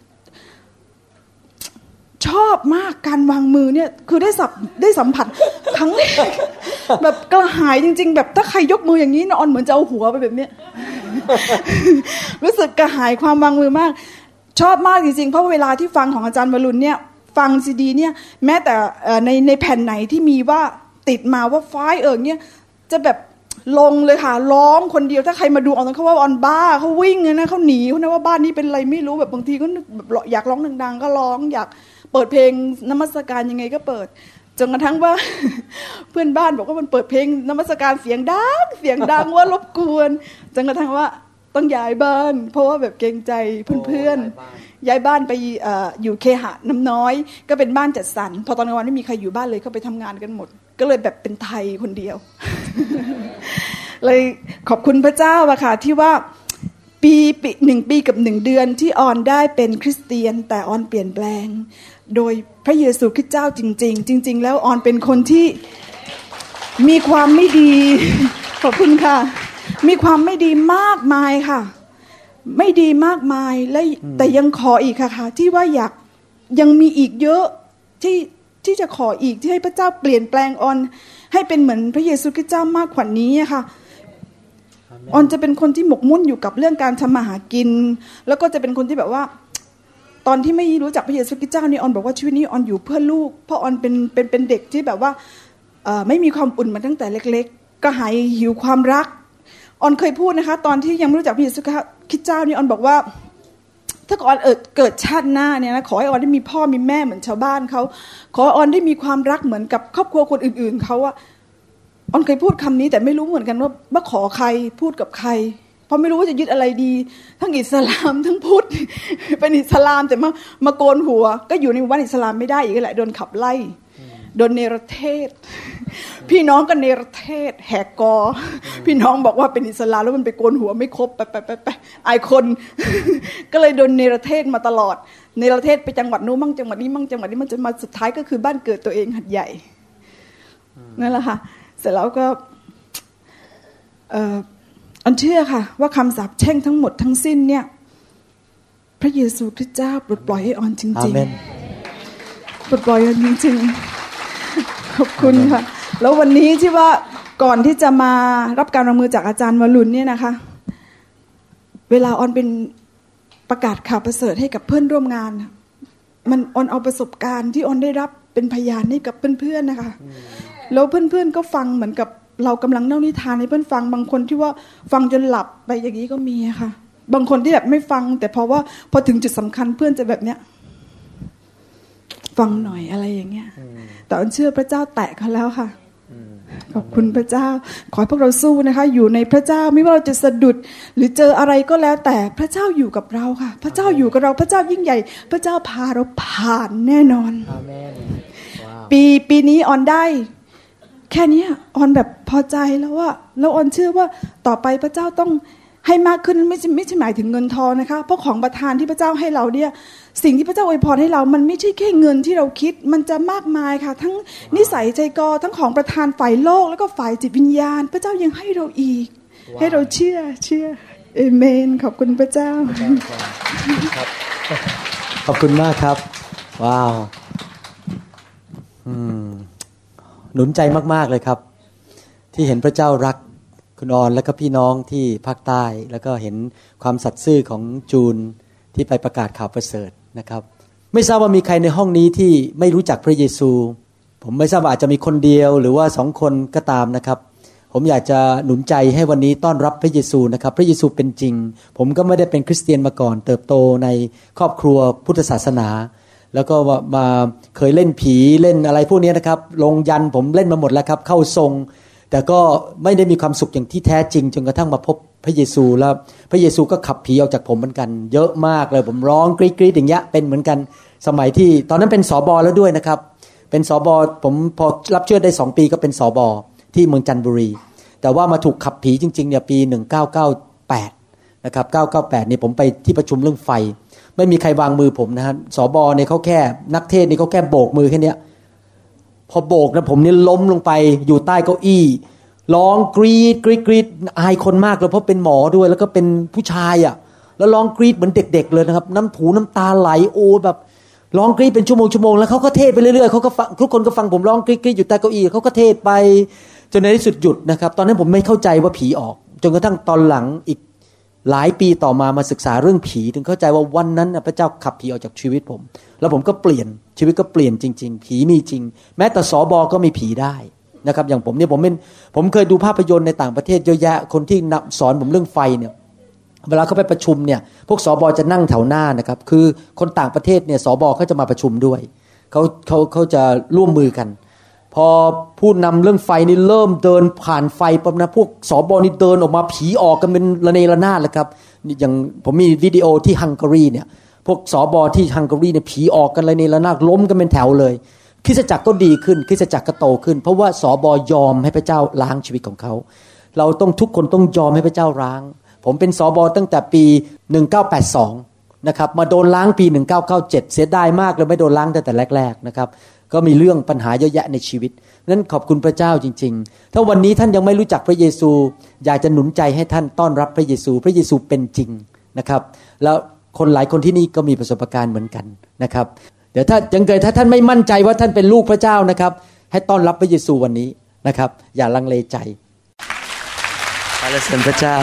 ชอบมากการวางมือเนี่ยคือได้สัมได้สัมผัสครั้งแรกแบบกระหายจริงๆแบบถ้าใครยกมืออย่างนี้นะออนเหมือนจะเอาหัวไปแบบเนี้ยรู้สึกกระหายความวางมือมากชอบมากจริงๆเพราะเวลาที่ฟังของอาจารย์วรุณเนี่ยฟังซีดีเนี่ยแม้แต่ในในแผ่นไหนที่มีว่าติดมาว่าไฟเอิงเนี่ยจะแบบลงเลยค่ะร้องคนเดียวถ้าใครมาดูออนเขาว่าออนบ้าเขาวิ่งเลยนะเขาหนีเขานะว่าบ้านนี้เป็นอะไรไม่รู้แบบบางทีก็แบบอยากร้องดังๆก็ร้องอยากเปิดเพลงนมัสการยังไงก็เปิดจนกระทั่งว่าเพื่อนบ้านบอกว่ามันเปิดเพลงนมัสการเสียงดังเสียงดังว่ารบกวนจนกระทั่งว่าต้องย้ายบ้านเพราะว่าแบบเกรงใจเพื่อนๆย้ายบ้านไปอยู่เคหะน้ำน้อยก็เป็นบ้านจัดสรรพอตอนกลางวันไม่มีใครอยู่บ้านเลยเขาไปทำงานกันหมดก็เลยแบบเป็นไทยคนเดียว เลยขอบคุณพระเจ้าอะค่ะที่ว่าปีปีหนึ่งปีกับหนึ่งเดือนที่ออนได้เป็นคริสเตียนแต่ออนเปลี่ยนแปลงโดยพระเยซูคริสต์เจ้าจริงๆจริงๆแล้วออนเป็นคนที่มีความไม่ดี ขอบคุณค่ะมีความไม่ดีมากมายค่ะไม่ดีมากมายและแต่ยังขออีกค่ะค่ะที่ว่าอยากยังมีอีกเยอะที่ที่จะขออีกที่ให้พระเจ้าเปลี่ยนแปลงออนให้เป็นเหมือนพระเยซูคริสต์เจ้ามากกว่านี้ค่ะออนจะเป็นคนที่หมกมุ่นอยู่กับเรื่องการทำมาหากินแล้วก็จะเป็นคนที่แบบว่าตอนที่ไม่รู้จักพระเยซูคริสต์เจ้านี่ออนบอกว่าชีวิตนี้ออนอยู่เพื่อลูกเพราะออนเป็นเป็นเป็นเด็กที่แบบว่าไม่มีความอุ่นมาตั้งแต่เล็กๆก็หายหิวความรักออนเคยพูดนะคะตอนที่ยังไม่รู้จักพระเยซูคริสต์เจ้านี่ออนบอกว่าถ้าออนเออเกิดชาติหน้าเนี่ยนะขอให้ออนได้มีพ่อมีแม่เหมือนชาวบ้านเขาขอออนได้มีความรักเหมือนกับครอบครัวคนอื่นๆเขาอะออนเคยพูดคำนี้แต่ไม่รู้เหมือนกันว่าว่าขอใครพูดกับใครเพราะไม่รู้ว่าจะยึดอะไรดีทั้งอิสลามทั้งพุทธเป็นอิสลามแต่มามาโกนหัวก็อยู่ในวัดอิสลามไม่ได้อีกแหละโดนขับไล่โดนเนรเทศพี่น้องก็เนรเทศแหกกอพี่น้องบอกว่าเป็นอิสลามแล้วมันไปโกนหัวไม่ครบไปไปไปไปอายคนก็เลยโดนเนรเทศมาตลอดเนรเทศไปจังหวัดนู้นมั่งจังหวัดนี้มั่งจังหวัดนี้มันจะมาสุดท้ายก็คือบ้านเกิดตัวเองหัดใหญ่นั่นแหละค่ะเสร็จแล้วก็เอ่ออันเชื่อค่ะว่าคำสาปแช่งทั้งหมดทั้งสิ้นเนี่ยพระเยซูคริสต์เจ้าปลดปล่อยให้ออนจริงๆปลดปล่อยออนจริงๆขอบคุณค่ะแล้ววันนี้ที่ว่าก่อนที่จะมารับการวางมือจากอาจารย์วรุณเนี่ยนะคะเวลาออนเป็นประกาศข่าวประเสริฐให้กับเพื่อนร่วมงานมันออนเอาประสบการณ์ที่ออนได้รับเป็นพยานให้กับเพื่อนๆนะคะแล้วเพื่อนๆก็ฟังเหมือนกับเรากำลังเล่านิทานให้เพื่อนฟังบางคนที่ว่าฟังจนหลับไปอย่างนี้ก็มีค่ะบางคนที่แบบไม่ฟังแต่เพราะว่าพอถึงจุดสำคัญเพื่อนจะแบบเนี้ยฟังหน่อยอะไรอย่างเงี้ยแต่อันเชื่อพระเจ้าแตะเขาแล้วค่ะขอบคุณพระเจ้าขอให้พวกเราสู้นะคะอยู่ในพระเจ้าไม่ว่าเราจะสะดุดหรือเจออะไรก็แล้วแต่พระเจ้าอยู่กับเราค่ะพระเจ้าอยู่กับเราพระเจ้ายิ่งใหญ่พระเจ้าพาเราผ่านแน่นอนปีปีนี้ออนได้แค่นี้ออนแบบพอใจแล้วว่าแล้วออนเชื่อว่าต่อไปพระเจ้าต้องให้มากขึ้นไม่ใช่ไม่ใช่หมายถึงเงินทองนะคะเพราะของประทานที่พระเจ้าให้เราเนี่ยสิ่งที่พระเจ้าอวยพรให้เรามันไม่ใช่แค่เงินที่เราคิดมันจะมากมายค่ะทั้งนิสัยใจคอทั้งของประทานฝ่ายโลกแล้วก็ฝ่ายจิตวิญญาณพระเจ้ายังให้เราอีก wow. ให้เราเชื่อเชื่อเอเมนขอบคุณพระเจ้าขอบคุณมากครับว้าวหนุนใจมากๆเลยครับที่เห็นพระเจ้ารักคุณออนและก็พี่น้องที่ภาคใต้แล้วก็เห็นความสัตย์ซื่อของจูนที่ไปประกาศข่าวประเสริฐนะครับไม่ทราบว่ามีใครในห้องนี้ที่ไม่รู้จักพระเยซูผมไม่ทราบว่าอาจจะมีคนเดียวหรือว่าสองคนก็ตามนะครับผมอยากจะหนุนใจให้วันนี้ต้อนรับพระเยซูนะครับพระเยซูเป็นจริงผมก็ไม่ได้เป็นคริสเตียนมาก่อนเติบโตในครอบครัวพุทธศาสนาแล้วก็มาเคยเล่นผีเล่นอะไรพวกนี้นะครับลงยันผมเล่นมาหมดแล้วครับเข้าทรงแต่ก็ไม่ได้มีความสุขอย่างที่แท้จริงจนกระทั่งมาพบพระเยซูแล้วพระเยซูก็ขับผีออกจากผมเหมือนกันเยอะมากเลยผมร้องกรี๊ดๆอย่างเงี้ยเป็นเหมือนกันสมัยที่ตอนนั้นเป็นสบแล้วด้วยนะครับเป็นสบผมพอรับเชื่อได้สองปีก็เป็นสบที่เมืองจันทบุรีแต่ว่ามาถูกขับผีจริงๆเนี่ยปีหนึ่งเก้าเก้าแปดนะครับเก้าเก้าแปดนี่ผมไปที่ประชุมเรื่องไฟไม่มีใครวางมือผมนะฮะสบเนี่ยเขาแค่นักเทศนี่เขาแค่โบกมือแค่นี้พอโบกนะผมนี่ล้มลงไปอยู่ใต้เก้าอี้ร้องกรีดกรีดกรีดอายคนมากเลยเพราะเป็นหมอด้วยแล้วก็เป็นผู้ชายอ่ะแล้วร้องกรีดเหมือนเด็กๆเลยนะครับน้ำหูน้ำตาไหลโอแบบร้องกรีดเป็นชั่วโมงชั่วโมงแล้วเขาก็เทศไปเรื่อยๆเขาก็ฟังทุกคนก็ฟังผมร้องกรีดกรีดอยู่ใต้เก้าอี้เขาก็เทศไปจนในที่สุดหยุดนะครับตอนนั้นผมไม่เข้าใจว่าผีออกจนกระทั่งตอนหลังอีกหลายปีต่อมามาศึกษาเรื่องผีถึงเข้าใจว่าวันนั้นพระเจ้าขับผีออกจากชีวิตผมแล้วผมก็เปลี่ยนชีวิตก็เปลี่ยนจริงๆผีมีจริงแม้แต่สบก็มีผีได้นะครับอย่างผมเนี่ยผมเป็นผมเคยดูภาพยนตร์ในต่างประเทศเยอะแยะคนที่สอนผมเรื่องไฟเนี่ยเวลาเขาไปประชุมเนี่ยพวกสบจะนั่งแถวหน้านะครับคือคนต่างประเทศเนี่ยสบเขาจะมาประชุมด้วยเขาเขาเขาจะร่วมมือกันพอผู้นำเรื่องไฟนี่เริ่มเดินผ่านไฟปั๊บนะพวกสบนี่เดินออกมาผีออกกันเป็นระเนระนาดเลยครับอย่างผมมีวิดีโอที่ฮังการีเนี่ยพวกสบที่ฮังการีเนี่ยผีออกกันระเนระนาดล้มกันเป็นแถวเลยคริสตจักรก็ดีขึ้นคริสตจักรก็โตขึ้นเพราะว่าสบยอมให้พระเจ้าล้างชีวิตของเขาเราต้องทุกคนต้องยอมให้พระเจ้าล้างผมเป็นสบตั้งแต่ปีหนึ่งเก้าแปดสองนะครับมาโดนล้างปีหนึ่งเก้าเก้าเจ็ดเสียดายมากเลยไม่โดนล้างตั้งแต่แรกๆนะครับก็มีเรื่องปัญหาเยอะแยะในชีวิตนั้นขอบคุณพระเจ้าจริงๆถ้าวันนี้ท่านยังไม่รู้จักพระเยซูอยากจะหนุนใจให้ท่านต้อนรับพระเยซูพระเยซูเป็นจริงนะครับแล้วคนหลายคนที่นี่ก็มีประสบการณ์เหมือนกันนะครับเดี๋ยวถ้ายังเกิดถ้าท่านไม่มั่นใจว่าท่านเป็นลูกพระเจ้านะครับให้ต้อนรับพระเยซูวันนี้นะครับอย่าลังเลใจสรรเสริญพระเจ้า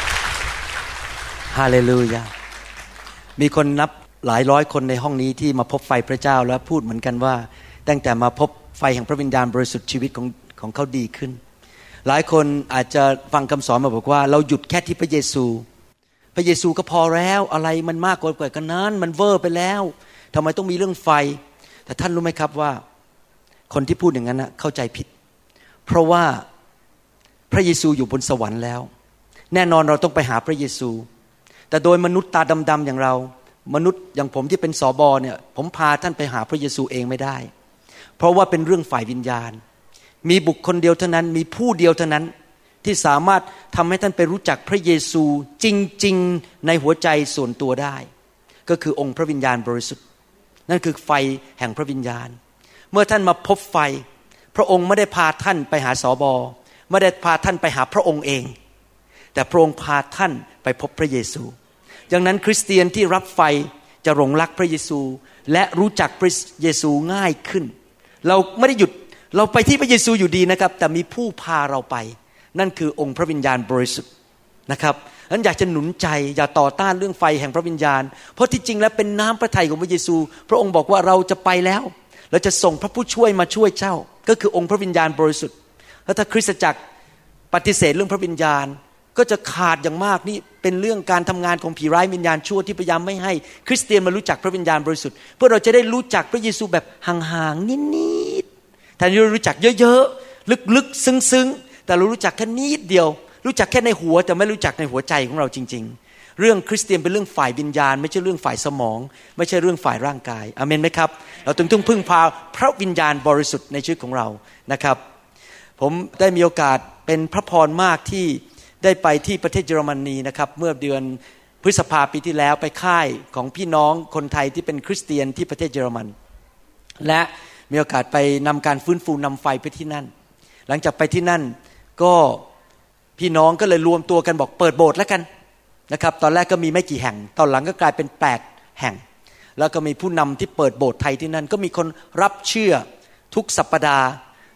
ฮาเลลูยามีคนนับหลายร้อยคนในห้องนี้ที่มาพบไฟพระเจ้าแล้วพูดเหมือนกันว่าตั้งแต่มาพบไฟแห่งพระวิญญาณบริสุทธิ์ชีวิตของของเขาดีขึ้นหลายคนอาจจะฟังคำสอนมาบอกว่าเราหยุดแค่ที่พระเยซูพระเยซูก็พอแล้วอะไรมันมากกว่ากันนั้นมันเวอร์ไปแล้วทำไมต้องมีเรื่องไฟแต่ท่านรู้ไหมครับว่าคนที่พูดอย่างนั้นนะเข้าใจผิดเพราะว่าพระเยซูอยู่บนสวรรค์แล้วแน่นอนเราต้องไปหาพระเยซูแต่โดยมนุษย์ตาดำๆอย่างเรามนุษย์อย่างผมที่เป็นสบเนี่ยผมพาท่านไปหาพระเยซูเองไม่ได้เพราะว่าเป็นเรื่องฝ่ายวิญญาณมีบุคคลเดียวเท่านั้นมีผู้เดียวเท่านั้นที่สามารถทำให้ท่านไปรู้จักพระเยซูจริงๆในหัวใจส่วนตัวได้ก็คือองค์พระวิญญาณบริสุทธิ์นั่นคือไฟแห่งพระวิญญาณเมื่อท่านมาพบไฟพระองค์ไม่ได้พาท่านไปหาสบไม่ได้พาท่านไปหาพระองค์เองแต่พระองค์พาท่านไปพบพระเยซูดังนั้นคริสเตียนที่รับไฟจะหลงรักพระเยซูและรู้จักพระเยซูง่ายขึ้นเราไม่ได้หยุดเราไปที่พระเยซูอยู่ดีนะครับแต่มีผู้พาเราไปนั่นคือองค์พระวิญญาณบริสุทธิ์นะครับฉะนั้นอยากจะหนุนใจอย่าต่อต้านเรื่องไฟแห่งพระวิญญาณเพราะที่จริงแล้วเป็นน้ำพระทัยของพระเยซูพระองค์บอกว่าเราจะไปแล้วเราจะส่งพระผู้ช่วยมาช่วยเจ้าก็คือองค์พระวิญญาณบริสุทธิ์แล้วถ้าคริสตจักรปฏิเสธเรื่องพระวิญญาณก็จะขาดอย่างมากนี่เป็นเรื่องการทำงานของผีร้ายวิญญาณชั่วที่พยายามไม่ให้คริสเตียนมารู้จักพระวิญญาณบริสุทธิ์เพื่อเราจะได้รู้จักพระเยซูแบบห่างๆนิดๆแต่เรารู้จักเยอะๆลึกๆซึ้งๆแต่เรารู้จักแค่นิดเดียวรู้จักแค่ในหัวแต่ไม่รู้จักในหัวใจของเราจริงๆเรื่องคริสเตียนเป็นเรื่องฝ่ายวิญญาณไม่ใช่เรื่องฝ่ายสมองไม่ใช่เรื่องฝ่ายร่างกายอาเมนไหมครับเราต้องพึ่งพาพระวิญญาณบริสุทธิ์ในชีวิตของเรานะครับผมได้มีโอกาสเป็นพระพรมากที่ได้ไปที่ประเทศเยอรมนีนะครับเมื่อเดือนพฤษภาปีที่แล้วไปค่ายของพี่น้องคนไทยที่เป็นคริสเตียนที่ประเทศเยอรมันและมีโอกาสไปนำการฟื้นฟูนำไฟไปที่นั่นหลังจากไปที่นั่นก็พี่น้องก็เลยรวมตัวกันบอกเปิดโบสถ์แล้วกันนะครับตอนแรกก็มีไม่กี่แห่งตอนหลังก็กลายเป็นแปดแห่งแล้วก็มีผู้นำที่เปิดโบสถ์ไทยที่นั่นก็มีคนรับเชื่อทุกสัปดาห์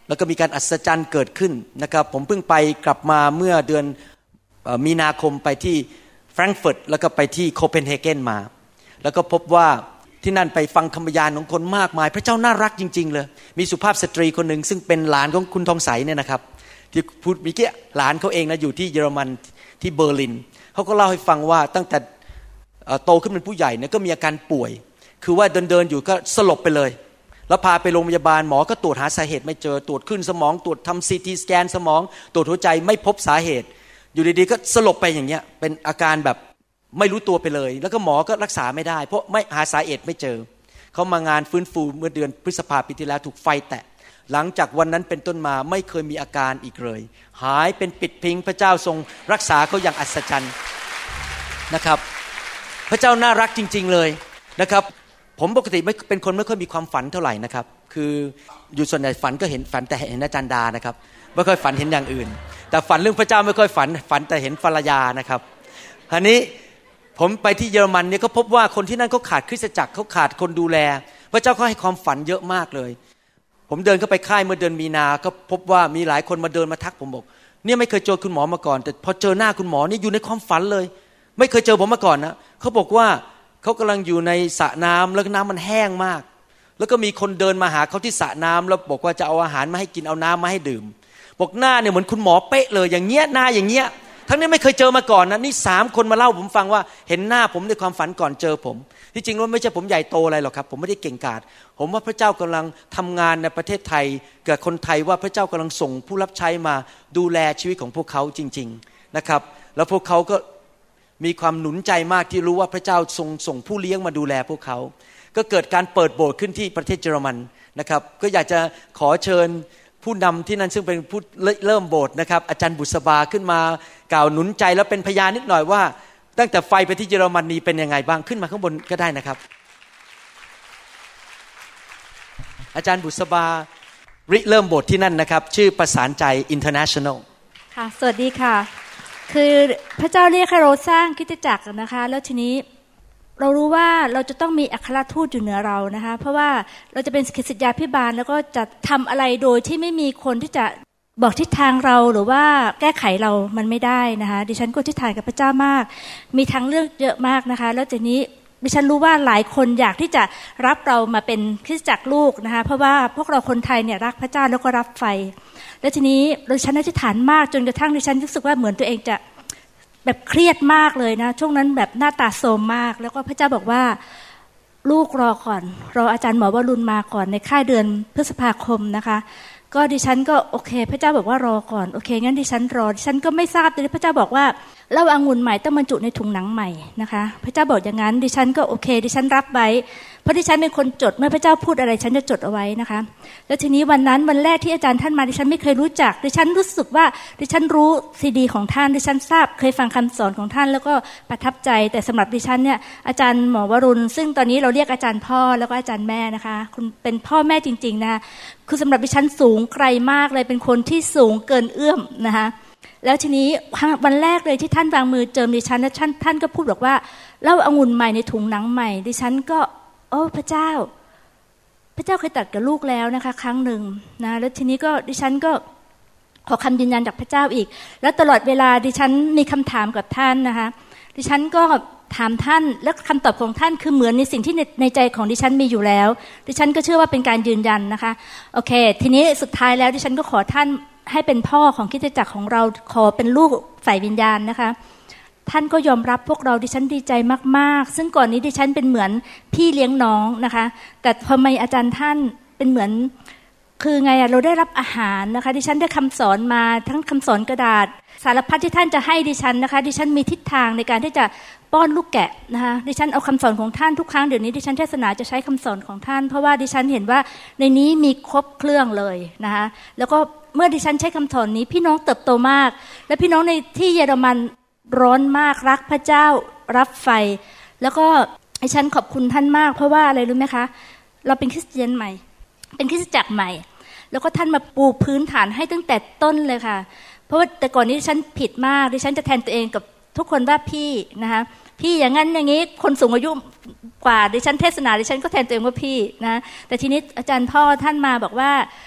แล้วก็มีการอัศจรรย์เกิดขึ้นนะครับผมเพิ่งไปกลับมาเมื่อเดือนมีนาคมไปที่แฟรงก์เฟิร์ตแล้วก็ไปที่โคเปนเฮเกนมาแล้วก็พบว่าที่นั่นไปฟังคำบรรยายของคนมากมายพระเจ้าน่ารักจริงๆเลยมีสุภาพสตรีคนหนึ่งซึ่งเป็นหลานของคุณทองใสเนี่ยนะครับที่พูดเมื่อกี้หลานเขาเองนะอยู่ที่เยอรมันที่เบอร์ลินเขาก็เล่าให้ฟังว่าตั้งแต่โตขึ้นเป็นผู้ใหญ่เนี่ยก็มีอาการป่วยคือว่าเดินๆอยู่ก็สลบไปเลยแล้วพาไปโรงพยาบาลหมอก็ตรวจหาสาเหตุไม่เจอตรวจขึ้นสมองตรวจทำซีทีสแกนสมองตรวจหัวใจไม่พบสาเหตุอยู่ดีๆก็สลบไปอย่างเงี้ยเป็นอาการแบบไม่รู้ตัวไปเลยแล้วก็หมอก็รักษาไม่ได้เพราะไม่หาสาเหตุไม่เจอเขามางานฟื้นฟูเมื่อเดือนพฤษภาคมปีที่แล้วถูกไฟแตะหลังจากวันนั้นเป็นต้นมาไม่เคยมีอาการอีกเลยหายเป็นปิดพิงพระเจ้าทรงรักษาเขาอย่างอัศจรรย์นะครับพระเจ้าน่ารักจริงๆเลยนะครับผมปกติไม่เป็นคนไม่ค่อยมีความฝันเท่าไหร่นะครับคืออยู่ส่วนใหญ่ฝันก็เห็นฝันแต่เห็นอาจารย์ดานะครับไม่ค่อยฝันเห็นอย่างอื่นแต่ฝันเรื่องพระเจ้าไม่ค่อยฝันฝันแต่เห็นภรรยานะครับคราวนี้ผมไปที่เยอรมันเนี่ยก็พบว่าคนที่นั่นเขาขาดคริสตจักรเขาขาดคนดูแลพระเจ้าเขาให้ความฝันเยอะมากเลยผมเดินเข้าไปค่ายเมื่อเดือนมีนาก็พบว่ามีหลายคนมาเดินมาทักผมบอกเนี่ยไม่เคยเจอคุณหมอมาก่อนแต่พอเจอหน้าคุณหมอนี่อยู่ในความฝันเลยไม่เคยเจอผมมาก่อนนะเขาบอกว่าเขากำลังอยู่ในสระน้ำแล้วน้ำมันแห้งมากแล้วก็มีคนเดินมาหาเขาที่สระน้ำแล้วบอกว่าจะเอาอาหารมาให้กินเอาน้ำมาให้ดื่มบอกหน้าเนี่ยเหมือนคุณหมอเป๊ะเลยอย่างเงี้ยหน้าอย่างเงี้ยทั้งนี้ไม่เคยเจอมาก่อนนะนี่สามคนมาเล่าผมฟังว่าเห็นหน้าผมในความฝันก่อนเจอผมที่จริงแล้วไม่ใช่ผมใหญ่โตอะไรหรอกครับผมไม่ได้เก่งกาจผมว่าพระเจ้ากำลังทำงานในประเทศไทยกับคนไทยว่าพระเจ้ากำลังส่งผู้รับใช้มาดูแลชีวิตของพวกเขาจริงๆนะครับแล้วพวกเขาก็มีความหนุนใจมากที่รู้ว่าพระเจ้าทรงส่งผู้เลี้ยงมาดูแลพวกเขาก็เกิดการเปิดโบสถ์ขึ้นที่ประเทศเยอรมันนะครับก็อยากจะขอเชิญผู้นำที่นั่นซึ่งเป็นผู้เริ่มโบสถ์นะครับอาจารย์บุษบาขึ้นมากล่าวหนุนใจแล้วเป็นพยานนิดหน่อยว่าตั้งแต่ไฟไปที่เยอรมนีเป็นยังไงบ้างขึ้นมาข้างบนก็ได้นะครับอาจารย์บุษบาริเริ่มโบสถ์ที่นั่นนะครับชื่อประสานใจ International ค่ะสวัสดีค่ะคือพระเจ้าเรียกให้เราสร้างคริสตจักรนะคะแล้วทีนี้เรารู้ว่าเราจะต้องมีอัครทูตอยู่เหนือเรานะคะเพราะว่าเราจะเป็นศิษยาภิบาลแล้วก็จะทำอะไรโดยที่ไม่มีคนที่จะบอกทิศทางเราหรือว่าแก้ไขเรามันไม่ได้นะคะดิฉันก็ทิศทางกับพระเจ้ามากมีทางเลือกเยอะมากนะคะแล้วทีนี้ดิฉันรู้ว่าหลายคนอยากที่จะรับเรามาเป็นคริสตจักรลูกนะคะเพราะว่าพวกเราคนไทยเนี่ยรักพระเจ้าแล้วก็รับไฟแล้วทีนี้ดิฉันอธิษฐานมากจนกระทั่งดิฉันรู้สึกว่าเหมือนตัวเองจะแบบเครียดมากเลยนะช่วงนั้นแบบหน้าตาโทรมมากแล้วก็พระเจ้าบอกว่าลูกรอก่อนรออาจารย์หมอวรุณมาก่อนในค่ายเดือนพฤษภาคมนะคะก็ดิฉันก็โอเคพระเจ้าบอกว่ารอก่อนโอเคงั้นดิฉันรอดิฉันก็ไม่ทราบเลยพระเจ้าบอกว่าเหล้าองุ่นใหม่ต้องบรรจุในถุงหนังใหม่นะคะพระเจ้าบอกอย่างนั้นดิฉันก็โอเคดิฉันรับไว้เพราะดิฉันเป็นคนจดเมื่อพระเจ้าพูดอะไรฉันจะจดเอาไว้นะคะแล้วทีนี้วันนั้นวันแรกที่อาจารย์ท่านมาดิฉันไม่เคยรู้จักดิฉันรู้สึกว่าดิฉันรู้ซีดีของท่านดิฉันทราบเคยฟังคำสอนของท่านแล้วก็ประทับใจแต่สำหรับดิฉันเนี่ยอาจารย์หมอวรุณซึ่งตอนนี้เราเรียกอาจารย์พ่อแล้วก็อาจารย์แม่นะคะคุณเป็นพ่อแม่จริงๆนะคะคือสำหรับดิฉันสูงไกลมากเลยเป็นคนที่สูงเกินเอื้อมนะคะแล้วทีนี้วันแรกเลยที่ท่านวางมือเจิมดิฉันแล้วท่านท่านก็พูดบอกว่าเหล้าองุ่นใหม่ในถุงหนังใหม่ดิฉันก็โอ้พระเจ้าพระเจ้าเคยตรัสกับลูกแล้วนะคะครั้งหนึ่งนะแล้วทีนี้ก็ดิฉันก็ขอคำยืนยันจากพระเจ้าอีกแล้วตลอดเวลาดิฉันมีคำถามกับท่านนะคะดิฉันก็ถามท่านและคำตอบของท่านคือเหมือนในสิ่งที่ในในใจของดิฉันมีอยู่แล้วดิฉันก็เชื่อว่าเป็นการยืนยันนะคะโอเคทีนี้สุดท้ายแล้วดิฉันก็ขอท่านให้เป็นพ่อของคริสตจักรของเราขอเป็นลูกฝ่ายวิญญาณนะคะท่านก็ยอมรับพวกเราดิฉันดีใจมากๆซึ่งก่อนนี้ดิฉันเป็นเหมือนพี่เลี้ยงน้องนะคะแต่พอมาอาจารย์ท่านเป็นเหมือนคือไงเราได้รับอาหารนะคะดิฉันได้คำสอนมาทั้งคำสอนกระดาษสารพัดที่ท่านจะให้ดิฉันนะคะดิฉันมีทิศทางในการที่จะป้อนลูกแกะนะคะดิฉันเอาคำสอนของท่านทุกครั้งเดี๋ยวนี้ดิฉันเทศนาจะใช้คำสอนของท่านเพราะว่าดิฉันเห็นว่าในนี้มีครบเครื่องเลยนะคะแล้วก็เมื่อดิฉันใช้คำสอนนี้พี่น้องเติบโตมากและพี่น้องในที่เยอรมันร้อนมากรักพระเจ้ารับไฟแล้วก็ดิฉันขอบคุณท่านมากเพราะว่าอะไรรู้ไหมคะเราเป็นคริสเตียนใหม่เป็นคริสตจักรใหม่แล้วก็ท่านมาปูพื้นฐานให้ตั้งแต่ต้นเลยค่ะเพราะว่าแต่ก่อนนี้ดิฉันผิดมากดิฉันจะแทนตัวเองกับทุกคนว่าพี่นะคะพี่อย่างนั้นอย่างนี้คนสูงอายุกว่าดิฉันเทศนาดิฉันก็แทนตัวเองว่าพี่นะแต่ทีนี้อาจารย์พ่อท่านมาบอกว่า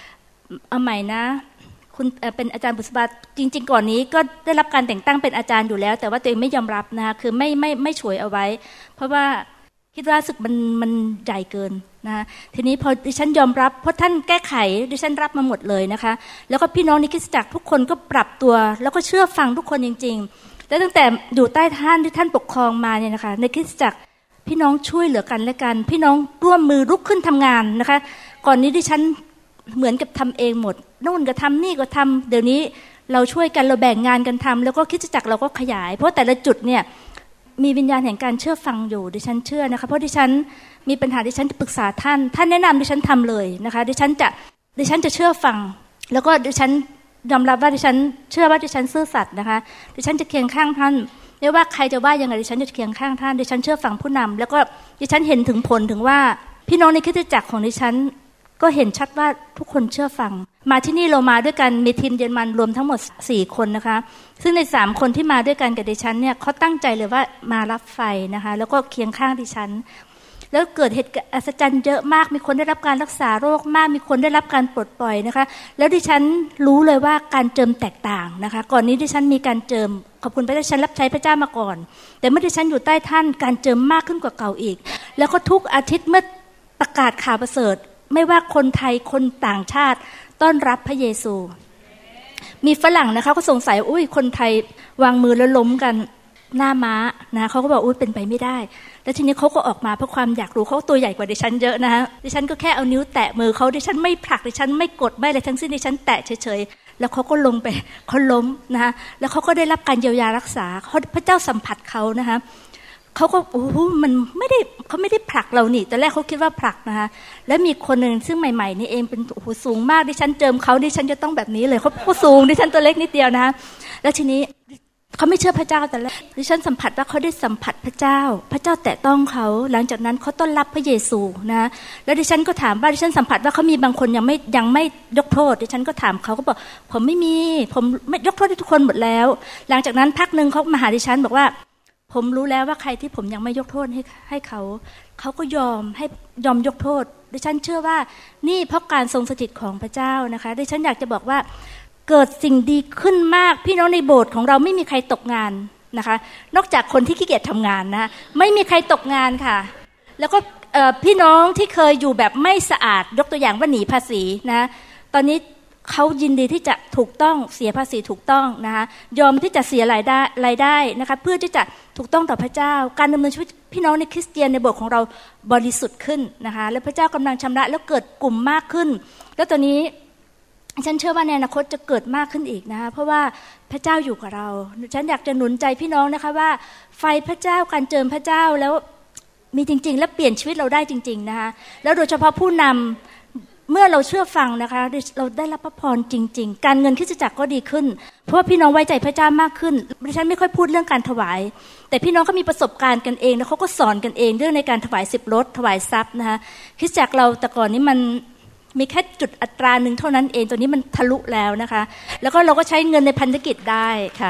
เอาใหม่นะคุณเป็นอาจารย์บุษบาจริงๆก่อนนี้ก็ได้รับการแต่งตั้งเป็นอาจารย์อยู่แล้วแต่ว่าตัวเองไม่ยอมรับนะคะคือไม่ไม่ไม่ฉวยเอาไว้เพราะว่าคิดว่าสึกมันมันใหญ่เกินนะคะทีนี้พอดิฉันยอมรับเพราะท่านแก้ไขดิฉันรับมาหมดเลยนะคะแล้วก็พี่น้องในคริสตจักรทุกคนก็ปรับตัวแล้วก็เชื่อฟังทุกคนจริงๆและตั้งแต่อยู่ใต้ท่านที่ท่านปกครองมาเนี่ยนะคะในคริสตจักรพี่น้องช่วยเหลือกันและกันพี่น้องร่วมมือลุกขึ้นทำงานนะคะก่อนนี้ดิฉันเหมือนกับทำเองหมดนู่นก็ทำนี่ก็ทำเดี๋ยวนี้เราช่วยกันเราแบ่งงานกันทำแล้วก็คริสตจักรเราก็ขยายเพราะแต่ละจุดเนี่ยมีวิญญาณแห่งการเชื่อฟังอยู่ดิฉันเชื่อนะคะเพราะดิฉันมีปัญหาดิฉันจะปรึกษาท่านท่านแนะนำดิฉันทำเลยนะคะดิฉันจะดิฉันจะเชื่อฟังแล้วก็ดิฉันยอมรับว่าดิฉันเชื่อว่าดิฉันซื่อสัตย์นะคะดิฉันจะเคียงข้างท่านไม่ว่าใครจะว่ายังไงดิฉันจะเคียงข้างท่านดิฉันเชื่อฟังผู้นำแล้วก็ดิฉันเห็นถึงผลถึงว่าพี่น้องในคริสตจักรของดิฉันก็เห็นชัดว่าทุกคนเชื่อฟังมาที่นี่เรามาด้วยกันมีทีมเยอรมันรวมทั้งหมดสี่คนนะคะซึ่งในสามคนที่มาด้วยกันกับดิฉันเนี่ยเขาตั้งใจเลยว่ามารับไฟนะคะแล้วก็เคียงข้างดิฉันแล้วเกิดเหตุอัศจรรย์เยอะมากมีคนได้รับการรักษาโรคมากมีคนได้รับการปลดปล่อยนะคะแล้วดิฉันรู้เลยว่าการเจิมแตกต่างนะคะก่อนนี้ดิฉันมีการเจิมขอบคุณพระเจ้าดิฉันรับใช้พระเจ้ามาก่อนแต่เมื่อดิฉันอยู่ใต้ท่านการเจิมมากขึ้นกว่าเก่าอีกแล้วก็ทุกอาทิตย์เมื่อประกาศข่าวประเสริฐไม่ว่าคนไทยคนต่างชาติต้อนรับพระเยซูมีฝรั่งนะคะก็สงสัยอุ้ยคนไทยวางมือแล้วล้มกันหน้าม้านะเขาก็บอกอุ้ยเป็นไปไม่ได้แล้วทีนี้เขาก็ออกมาเพราะความอยากรู้เขาตัวใหญ่กว่าดิฉันเยอะนะคะดิฉันก็แค่เอานิ้วแตะมือเขาดิฉันไม่ผลักดิฉันไม่กดไม่อะไรทั้งสิ้นดิฉันแตะเฉยๆแล้วเขาก็ลงไปเขาล้มนะคะแล้วเขาก็ได้รับการเยียวยารักษาเขาพระเจ้าสัมผัสเขานะคะเขาก็โอ้โหมันไม่ได้เขาไม่ได้ผลักเรานี่แต่แรกเขาคิดว่าผลักนะคะแล้วมีคนหนึ่งซึ่งใหม่ๆนี่เองเป็นโอ้โหสูงมากดิฉันเจิมเขาดิฉันจะต้องแบบนี้เลยเขาเขาสูงดิฉันตัวเล็กนิดเดียวนะคะแล้วทีนี้เขาไม่เชื่อพระเจ้าแต่แรกดิฉันสัมผัสว่าเขาได้สัมผัสพระเจ้าพระเจ้าแตะต้องเขาหลังจากนั้นเขาต้อนรับพระเยซูนะแล้วดิฉันก็ถามว่าดิฉันสัมผัสว่าเขามีบางคนยังไม่ยังไม่ยกโทษดิฉันก็ถามเขาก็บอกผมไม่มีผมไม่ยกโทษให้ทุกคนหมดแล้วหลังจากนั้นพักนึงเขามาหาดิฉันบอกว่าผมรู้แล้วว่าใครที่ผมยังไม่ยกโทษให้ให้เขาเขาก็ยอมให้ยอมยกโทษดิฉันเชื่อว่านี่เพราะการทรงสถิตของพระเจ้านะคะดิฉันอยากจะบอกว่าเกิดสิ่งดีขึ้นมากพี่น้องในโบสถ์ของเราไม่มีใครตกงานนะคะนอกจากคนที่ขี้เกียจทำงานนะไม่มีใครตกงานค่ะแล้วก็พี่น้องที่เคยอยู่แบบไม่สะอาดยกตัวอย่างว่าหนีภาษีนะตอนนี้เขายินดีที่จะถูกต้องเสียภาษีถูกต้องนะคะยอมที่จะเสียรายได้รายได้นะคะเพื่อที่จะถูกต้องต่อพระเจ้าการดำเนินชีวิตพี่น้องในคริสเตียนในโบสถ์ของเราบริสุทธิ์ขึ้นนะคะและพระเจ้ากำลังชำระแล้วเกิดกลุ่มมากขึ้นแล้วตอนนี้ฉันเชื่อว่าในอนาคตจะเกิดมากขึ้นอีกนะคะเพราะว่าพระเจ้าอยู่กับเราฉันอยากจะหนุนใจพี่น้องนะคะว่าไฟพระเจ้าการเจิมพระเจ้าแล้วมีจริงๆและเปลี่ยนชีวิตเราได้จริงๆนะคะแล้วโดยเฉพาะผู้นำเมื่อเราเชื่อฟังนะคะเราได้รับพระพรจริงๆการเงินคริสตจักรก็ดีขึ้นเพราะว่าพี่น้องไว้ใจพระเจ้ามากขึ้นดิฉันไม่ค่อยพูดเรื่องการถวายแต่พี่น้องก็มีประสบการณ์กันเองแล้วเขาก็สอนกันเองเรื่องในการถวายสิบรถถวายทรัพย์นะคะคริสตจักรเราแต่ก่อนนี้มันมีแค่จุดอัตราหนึ่งเท่านั้นเองตัวนี้มันทะลุแล้วนะคะแล้วก็เราก็ใช้เงินในพันธกิจได้ค่ะ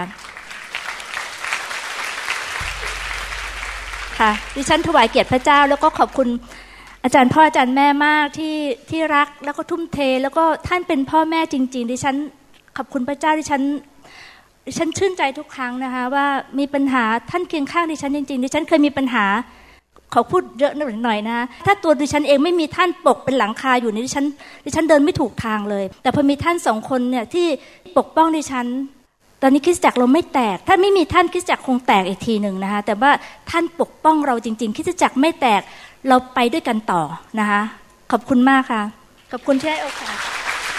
ค่ะดิฉันถวายเกียรติพระเจ้าแล้วก็ขอบคุณอาจารย์พ่ออาจารย์แม่มากที่ที่รักแล้วก็ทุ่มเทแล้วก็ท่านเป็นพ่อแม่จริงๆดิฉันขอบคุณพระเจ้าดิฉันดิฉันชื่นใจทุกครั้งนะคะว่ามีปัญหาท่านเคียงข้างดิฉันจริงๆดิฉันเคยมีปัญหาขอพูดเยอะหน่อยนะถ้าตัวดิฉันเองไม่มีท่านปกเป็นหลังคาอยู่ในดิฉันดิฉันเดินไม่ถูกทางเลยแต่พอมีท่านสองคนเนี่ยที่ปกป้องดิฉันตอนนี้คริสตจักรเราไม่แตกถ้าไม่มีท่านคริสตจักรคงแตกอีกทีนึงนะคะแต่ว่าท่านปกป้องเราจริงๆคริสตจักรไม่แตกเราไปด้วยกันต่อนะคะขอบคุณมากค่ะขอบคุณที่ให้โอกาส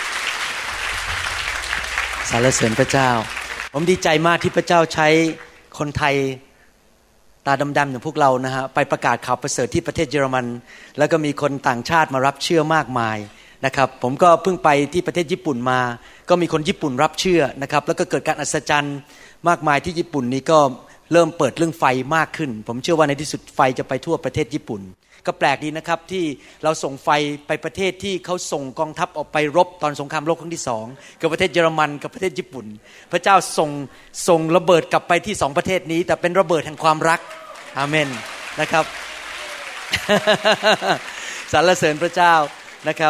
สรรเสริญพระเจ้าผมดีใจมากที่พระเจ้าใช้คนไทยตาดำๆอย่างพวกเรานะฮะไปประกาศข่าวประเสริฐที่ประเทศเยอรมันแล้วก็มีคนต่างชาติมารับเชื่อมากมายนะครับผมก็เพิ่งไปที่ประเทศญี่ปุ่นมาก็มีคนญี่ปุ่นรับเชื่อนะครับแล้วก็เกิดการอัศจรรย์มากมายที่ญี่ปุ่นนี้ก็เริ่มเปิดเรื่องไฟมากขึ้นผมเชื่อว่าในที่สุดไฟจะไปทั่วประเทศญี่ปุ่นก็แปลกดีนะครับที่เราส่งไฟไปประเทศที่เขาส่งกองทัพออกไปรบตอนสงครามโลกครั้งที่สองกับประเทศเยอรมันกับประเทศญี่ปุ่นพระเจ้าส่งส่งระเบิดกลับไปที่สองประเทศนี้แต่เป็นระเบิดแห่งความรักอาเมนนะครับ สรรเสริญพระเจ้านะครับ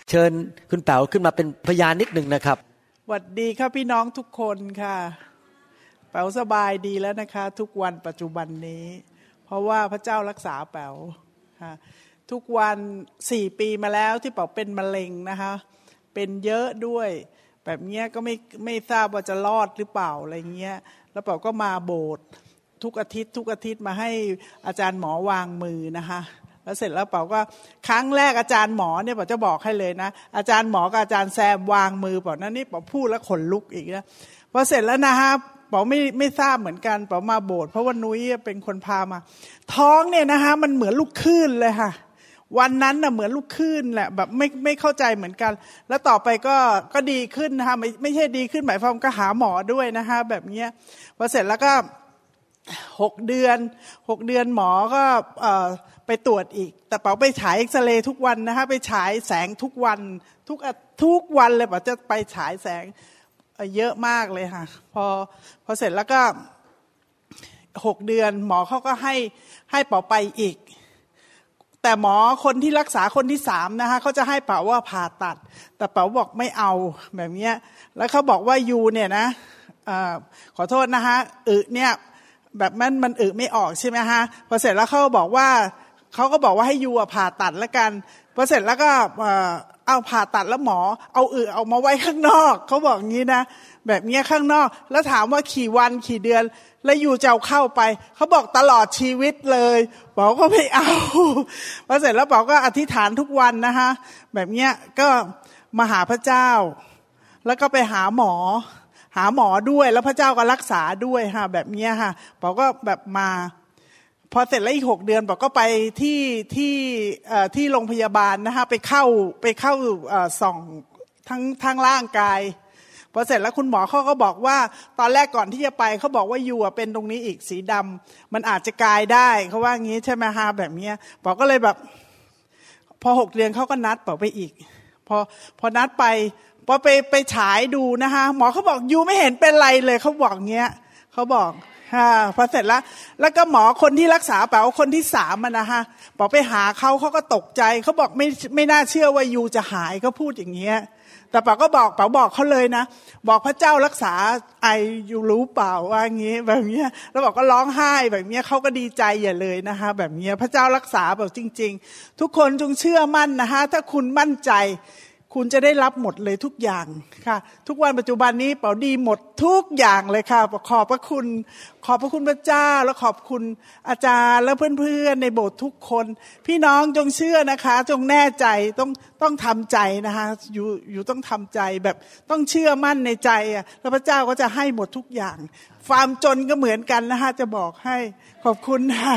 เชิญคุณแป๋วขึ้นมาเป็นพยานนิดนึงนะครับสวัสดีครับพี่น้องทุกคนค่ะแป๋วสบายดีแล้วนะคะทุกวันปัจจุบันนี้เพราะว่าพระเจ้ารักษาแป๋วค่ะทุกวันสี่ปีมาแล้วที่แป๋วเป็นมะเร็งนะคะเป็นเยอะด้วยแบบเนี้ยก็ไม่ไม่ทราบว่าจะรอดหรือเปล่าอะไรเงี้ยแล้วแป๋วก็มาโบสถ์ทุกอาทิตย์ทุกอาทิตย์มาให้อาจารย์หมอวางมือนะคะแล้วเสร็จแล้วเป๋าก็ครั้งแรกอาจารย์หมอเนี่ยเป๋าจะบอกให้เลยนะอาจารย์หมอกับอาจารย์แซมวางมือเป๋านั่นนี่เป๋าพูดแล้วขนลุกอีกนะพอเสร็จแล้วนะฮะเป๋าไม่ไม่ทราบเหมือนกันเป๋ามาโบสถ์เพราะว่านุ้ยเป็นคนพามาท้องเนี่ยนะฮะมันเหมือนลูกคลื่นเลยค่ะวันนั้นน่ะเหมือนลูกคลื่นแหละแบบไม่ไม่เข้าใจเหมือนกันแล้วต่อไปก็ก็ดีขึ้นนะคะไม่ไม่ใช่ดีขึ้นหมายความก็หาหมอด้วยนะคะแบบเนี้ยพอเสร็จแล้วก็หกเดือนหกเดือนหมอก็เอ่อไปตรวจอีกแต่เป๋าไปฉายเอ็กซเรย์ทุกวันนะคะไปฉายแสงทุกวันทุกทุกวันเลยเป๋าจะไปฉายแสงเยอะมากเลยค่ะพอพอเสร็จแล้วก็หกเดือนหมอเขาก็ให้ให้เป๋าไปอีกแต่หมอคนที่รักษาคนที่สามนะคะเขาจะให้เป๋าว่าผ่าตัดแต่เป๋าบอกไม่เอาแบบนี้แล้วเขาบอกว่ายูเนี่ยนะเอ่อขอโทษนะคะอึเนี่ยแบบมันมันอึไม่ออกใช่ไหมฮะพอเสร็จแล้วเขาบอกว่าเขาก็บอกว่าให้ยูผ่าตัดแล้วกันพอเสร็จแล้วก็เอ่อเอาผ่าตัดแล้วหมอเอาอึเอามาไว้ข้างนอกเขาบอกงี้นะแบบนี้ข้างนอกแล้วถามว่ากี่วันกี่เดือนแล้วยูจะเอาเข้าไปเขาบอกตลอดชีวิตเลยบอกก็ไม่เอาพอเสร็จแล้วบอกก็อธิษฐานทุกวันนะคะแบบเนี้ยก็มาหาพระเจ้าแล้วก็ไปหาหมอหาหมอด้วยแล้วพระเจ้าก็รักษาด้วยค่ะแบบเนี้ยค่ะบอกก็แบบมาพอเสร็จแล้วอีกหกเดือนบอกก็ไปที่ที่เอ่อที่โรงพยาบาลนะคะไปเข้าไปเข้าเอ่อส่องทั้งทั้งร่างกายพอเสร็จแล้วคุณหมอเขาก็บอกว่าตอนแรกก่อนที่จะไปเขาบอกว่ายูเป็นตรงนี้อีกสีดำมันอาจจะกลายได้เขาว่างี้ใช่ไหมฮะแบบนี้บอกก็เลยแบบพอหกเดือนเขาก็นัดบอกไปอีกพอพอนัดไปพอไปไปฉายดูนะคะหมอเขาบอกยูไม่เห็นเป็นไรเลยเขาบอกเงี้ยเขาบอกฮะพอเสร็จแล้วแล้วก็หมอคนที่รักษาเป๋าคนที่สามมันนะฮะบอกไปหาเขาเขาก็ตกใจเขาบอกไม่ไม่น่าเชื่อว่ายูจะหายเขาพูดอย่างเงี้ยแต่ป๋าก็บอกป๋าบอกเขาเลยนะบอกพระเจ้ารักษาไออยู่รู้เปล่าว่างี้แบบนี้แล้วบอกก็ร้องไห้แบบนี้เขาก็ดีใจอย่าเลยนะคะแบบนี้พระเจ้ารักษาแบบจริงๆทุกคนจงเชื่อมั่นนะคะถ้าคุณมั่นใจคุณจะได้รับหมดเลยทุกอย่างค่ะทุกวันปัจจุบันนี้เป๋าดีหมดทุกอย่างเลยค่ะขอบพระคุณขอบพระคุณพระเจ้าและขอบคุณอาจารย์และเพื่อนๆในโบสถ์ทุกคนพี่น้องจงเชื่อนะคะจงแน่ใจต้องต้องทำใจนะคะอยู่อยู่ต้องทำใจแบบต้องเชื่อมั่นในใจอ่ะแล้วพระเจ้าก็จะให้หมดทุกอย่างความจนก็เหมือนกันนะคะจะบอกให้ขอบคุณค่ะ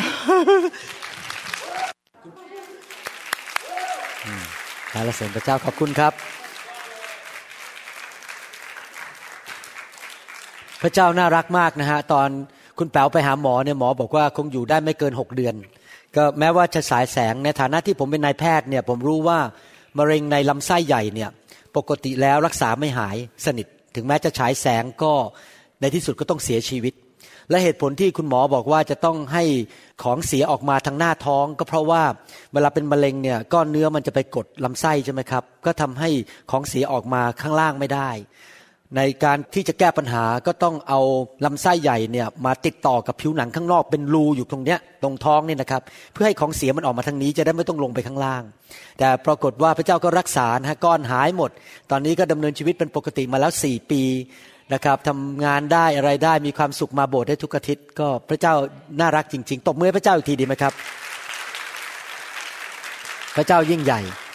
สรรเสริญพระเจ้าขอบคุณครับพระเจ้าน่ารักมากนะฮะตอนคุณแป๋วไปหาหมอเนี่ยหมอบอกว่าคงอยู่ได้ไม่เกินหกเดือนก็แม้ว่าจะฉายแสงในฐานะที่ผมเป็นนายแพทย์เนี่ยผมรู้ว่ามะเร็งในลำไส้ใหญ่เนี่ยปกติแล้วรักษาไม่หายสนิทถึงแม้จะฉายแสงก็ในที่สุดก็ต้องเสียชีวิตและเหตุผลที่คุณหมอบอกว่าจะต้องให้ของเสียออกมาทางหน้าท้องก็เพราะว่าเวลาเป็นมะเร็งเนี่ยก้อนเนื้อมันจะไปกดลำไส้ใช่ไหมครับก็ทำให้ของเสียออกมาข้างล่างไม่ได้ในการที่จะแก้ปัญหาก็ต้องเอาลำไส้ใหญ่เนี่ยมาติดต่อกับผิวหนังข้างนอกเป็นรูอยู่ตรงเนี้ยตรงท้องนี่นะครับเพื่อให้ของเสียมันออกมาทางนี้จะได้ไม่ต้องลงไปข้างล่างแต่ปรากฏว่าพระเจ้าก็รักษานะฮะก้อนหายหมดตอนนี้ก็ดำเนินชีวิตเป็นปกติมาแล้วสี่ปีนะครับทำงานได้อะไรได้มีความสุขมาโบสถ์ได้ทุกอาทิตย์ก็พระเจ้าน่ารักจริงๆตบมือให้พระเจ้าอีกทีดีไหมครับพระเจ้ายิ่งใหญ่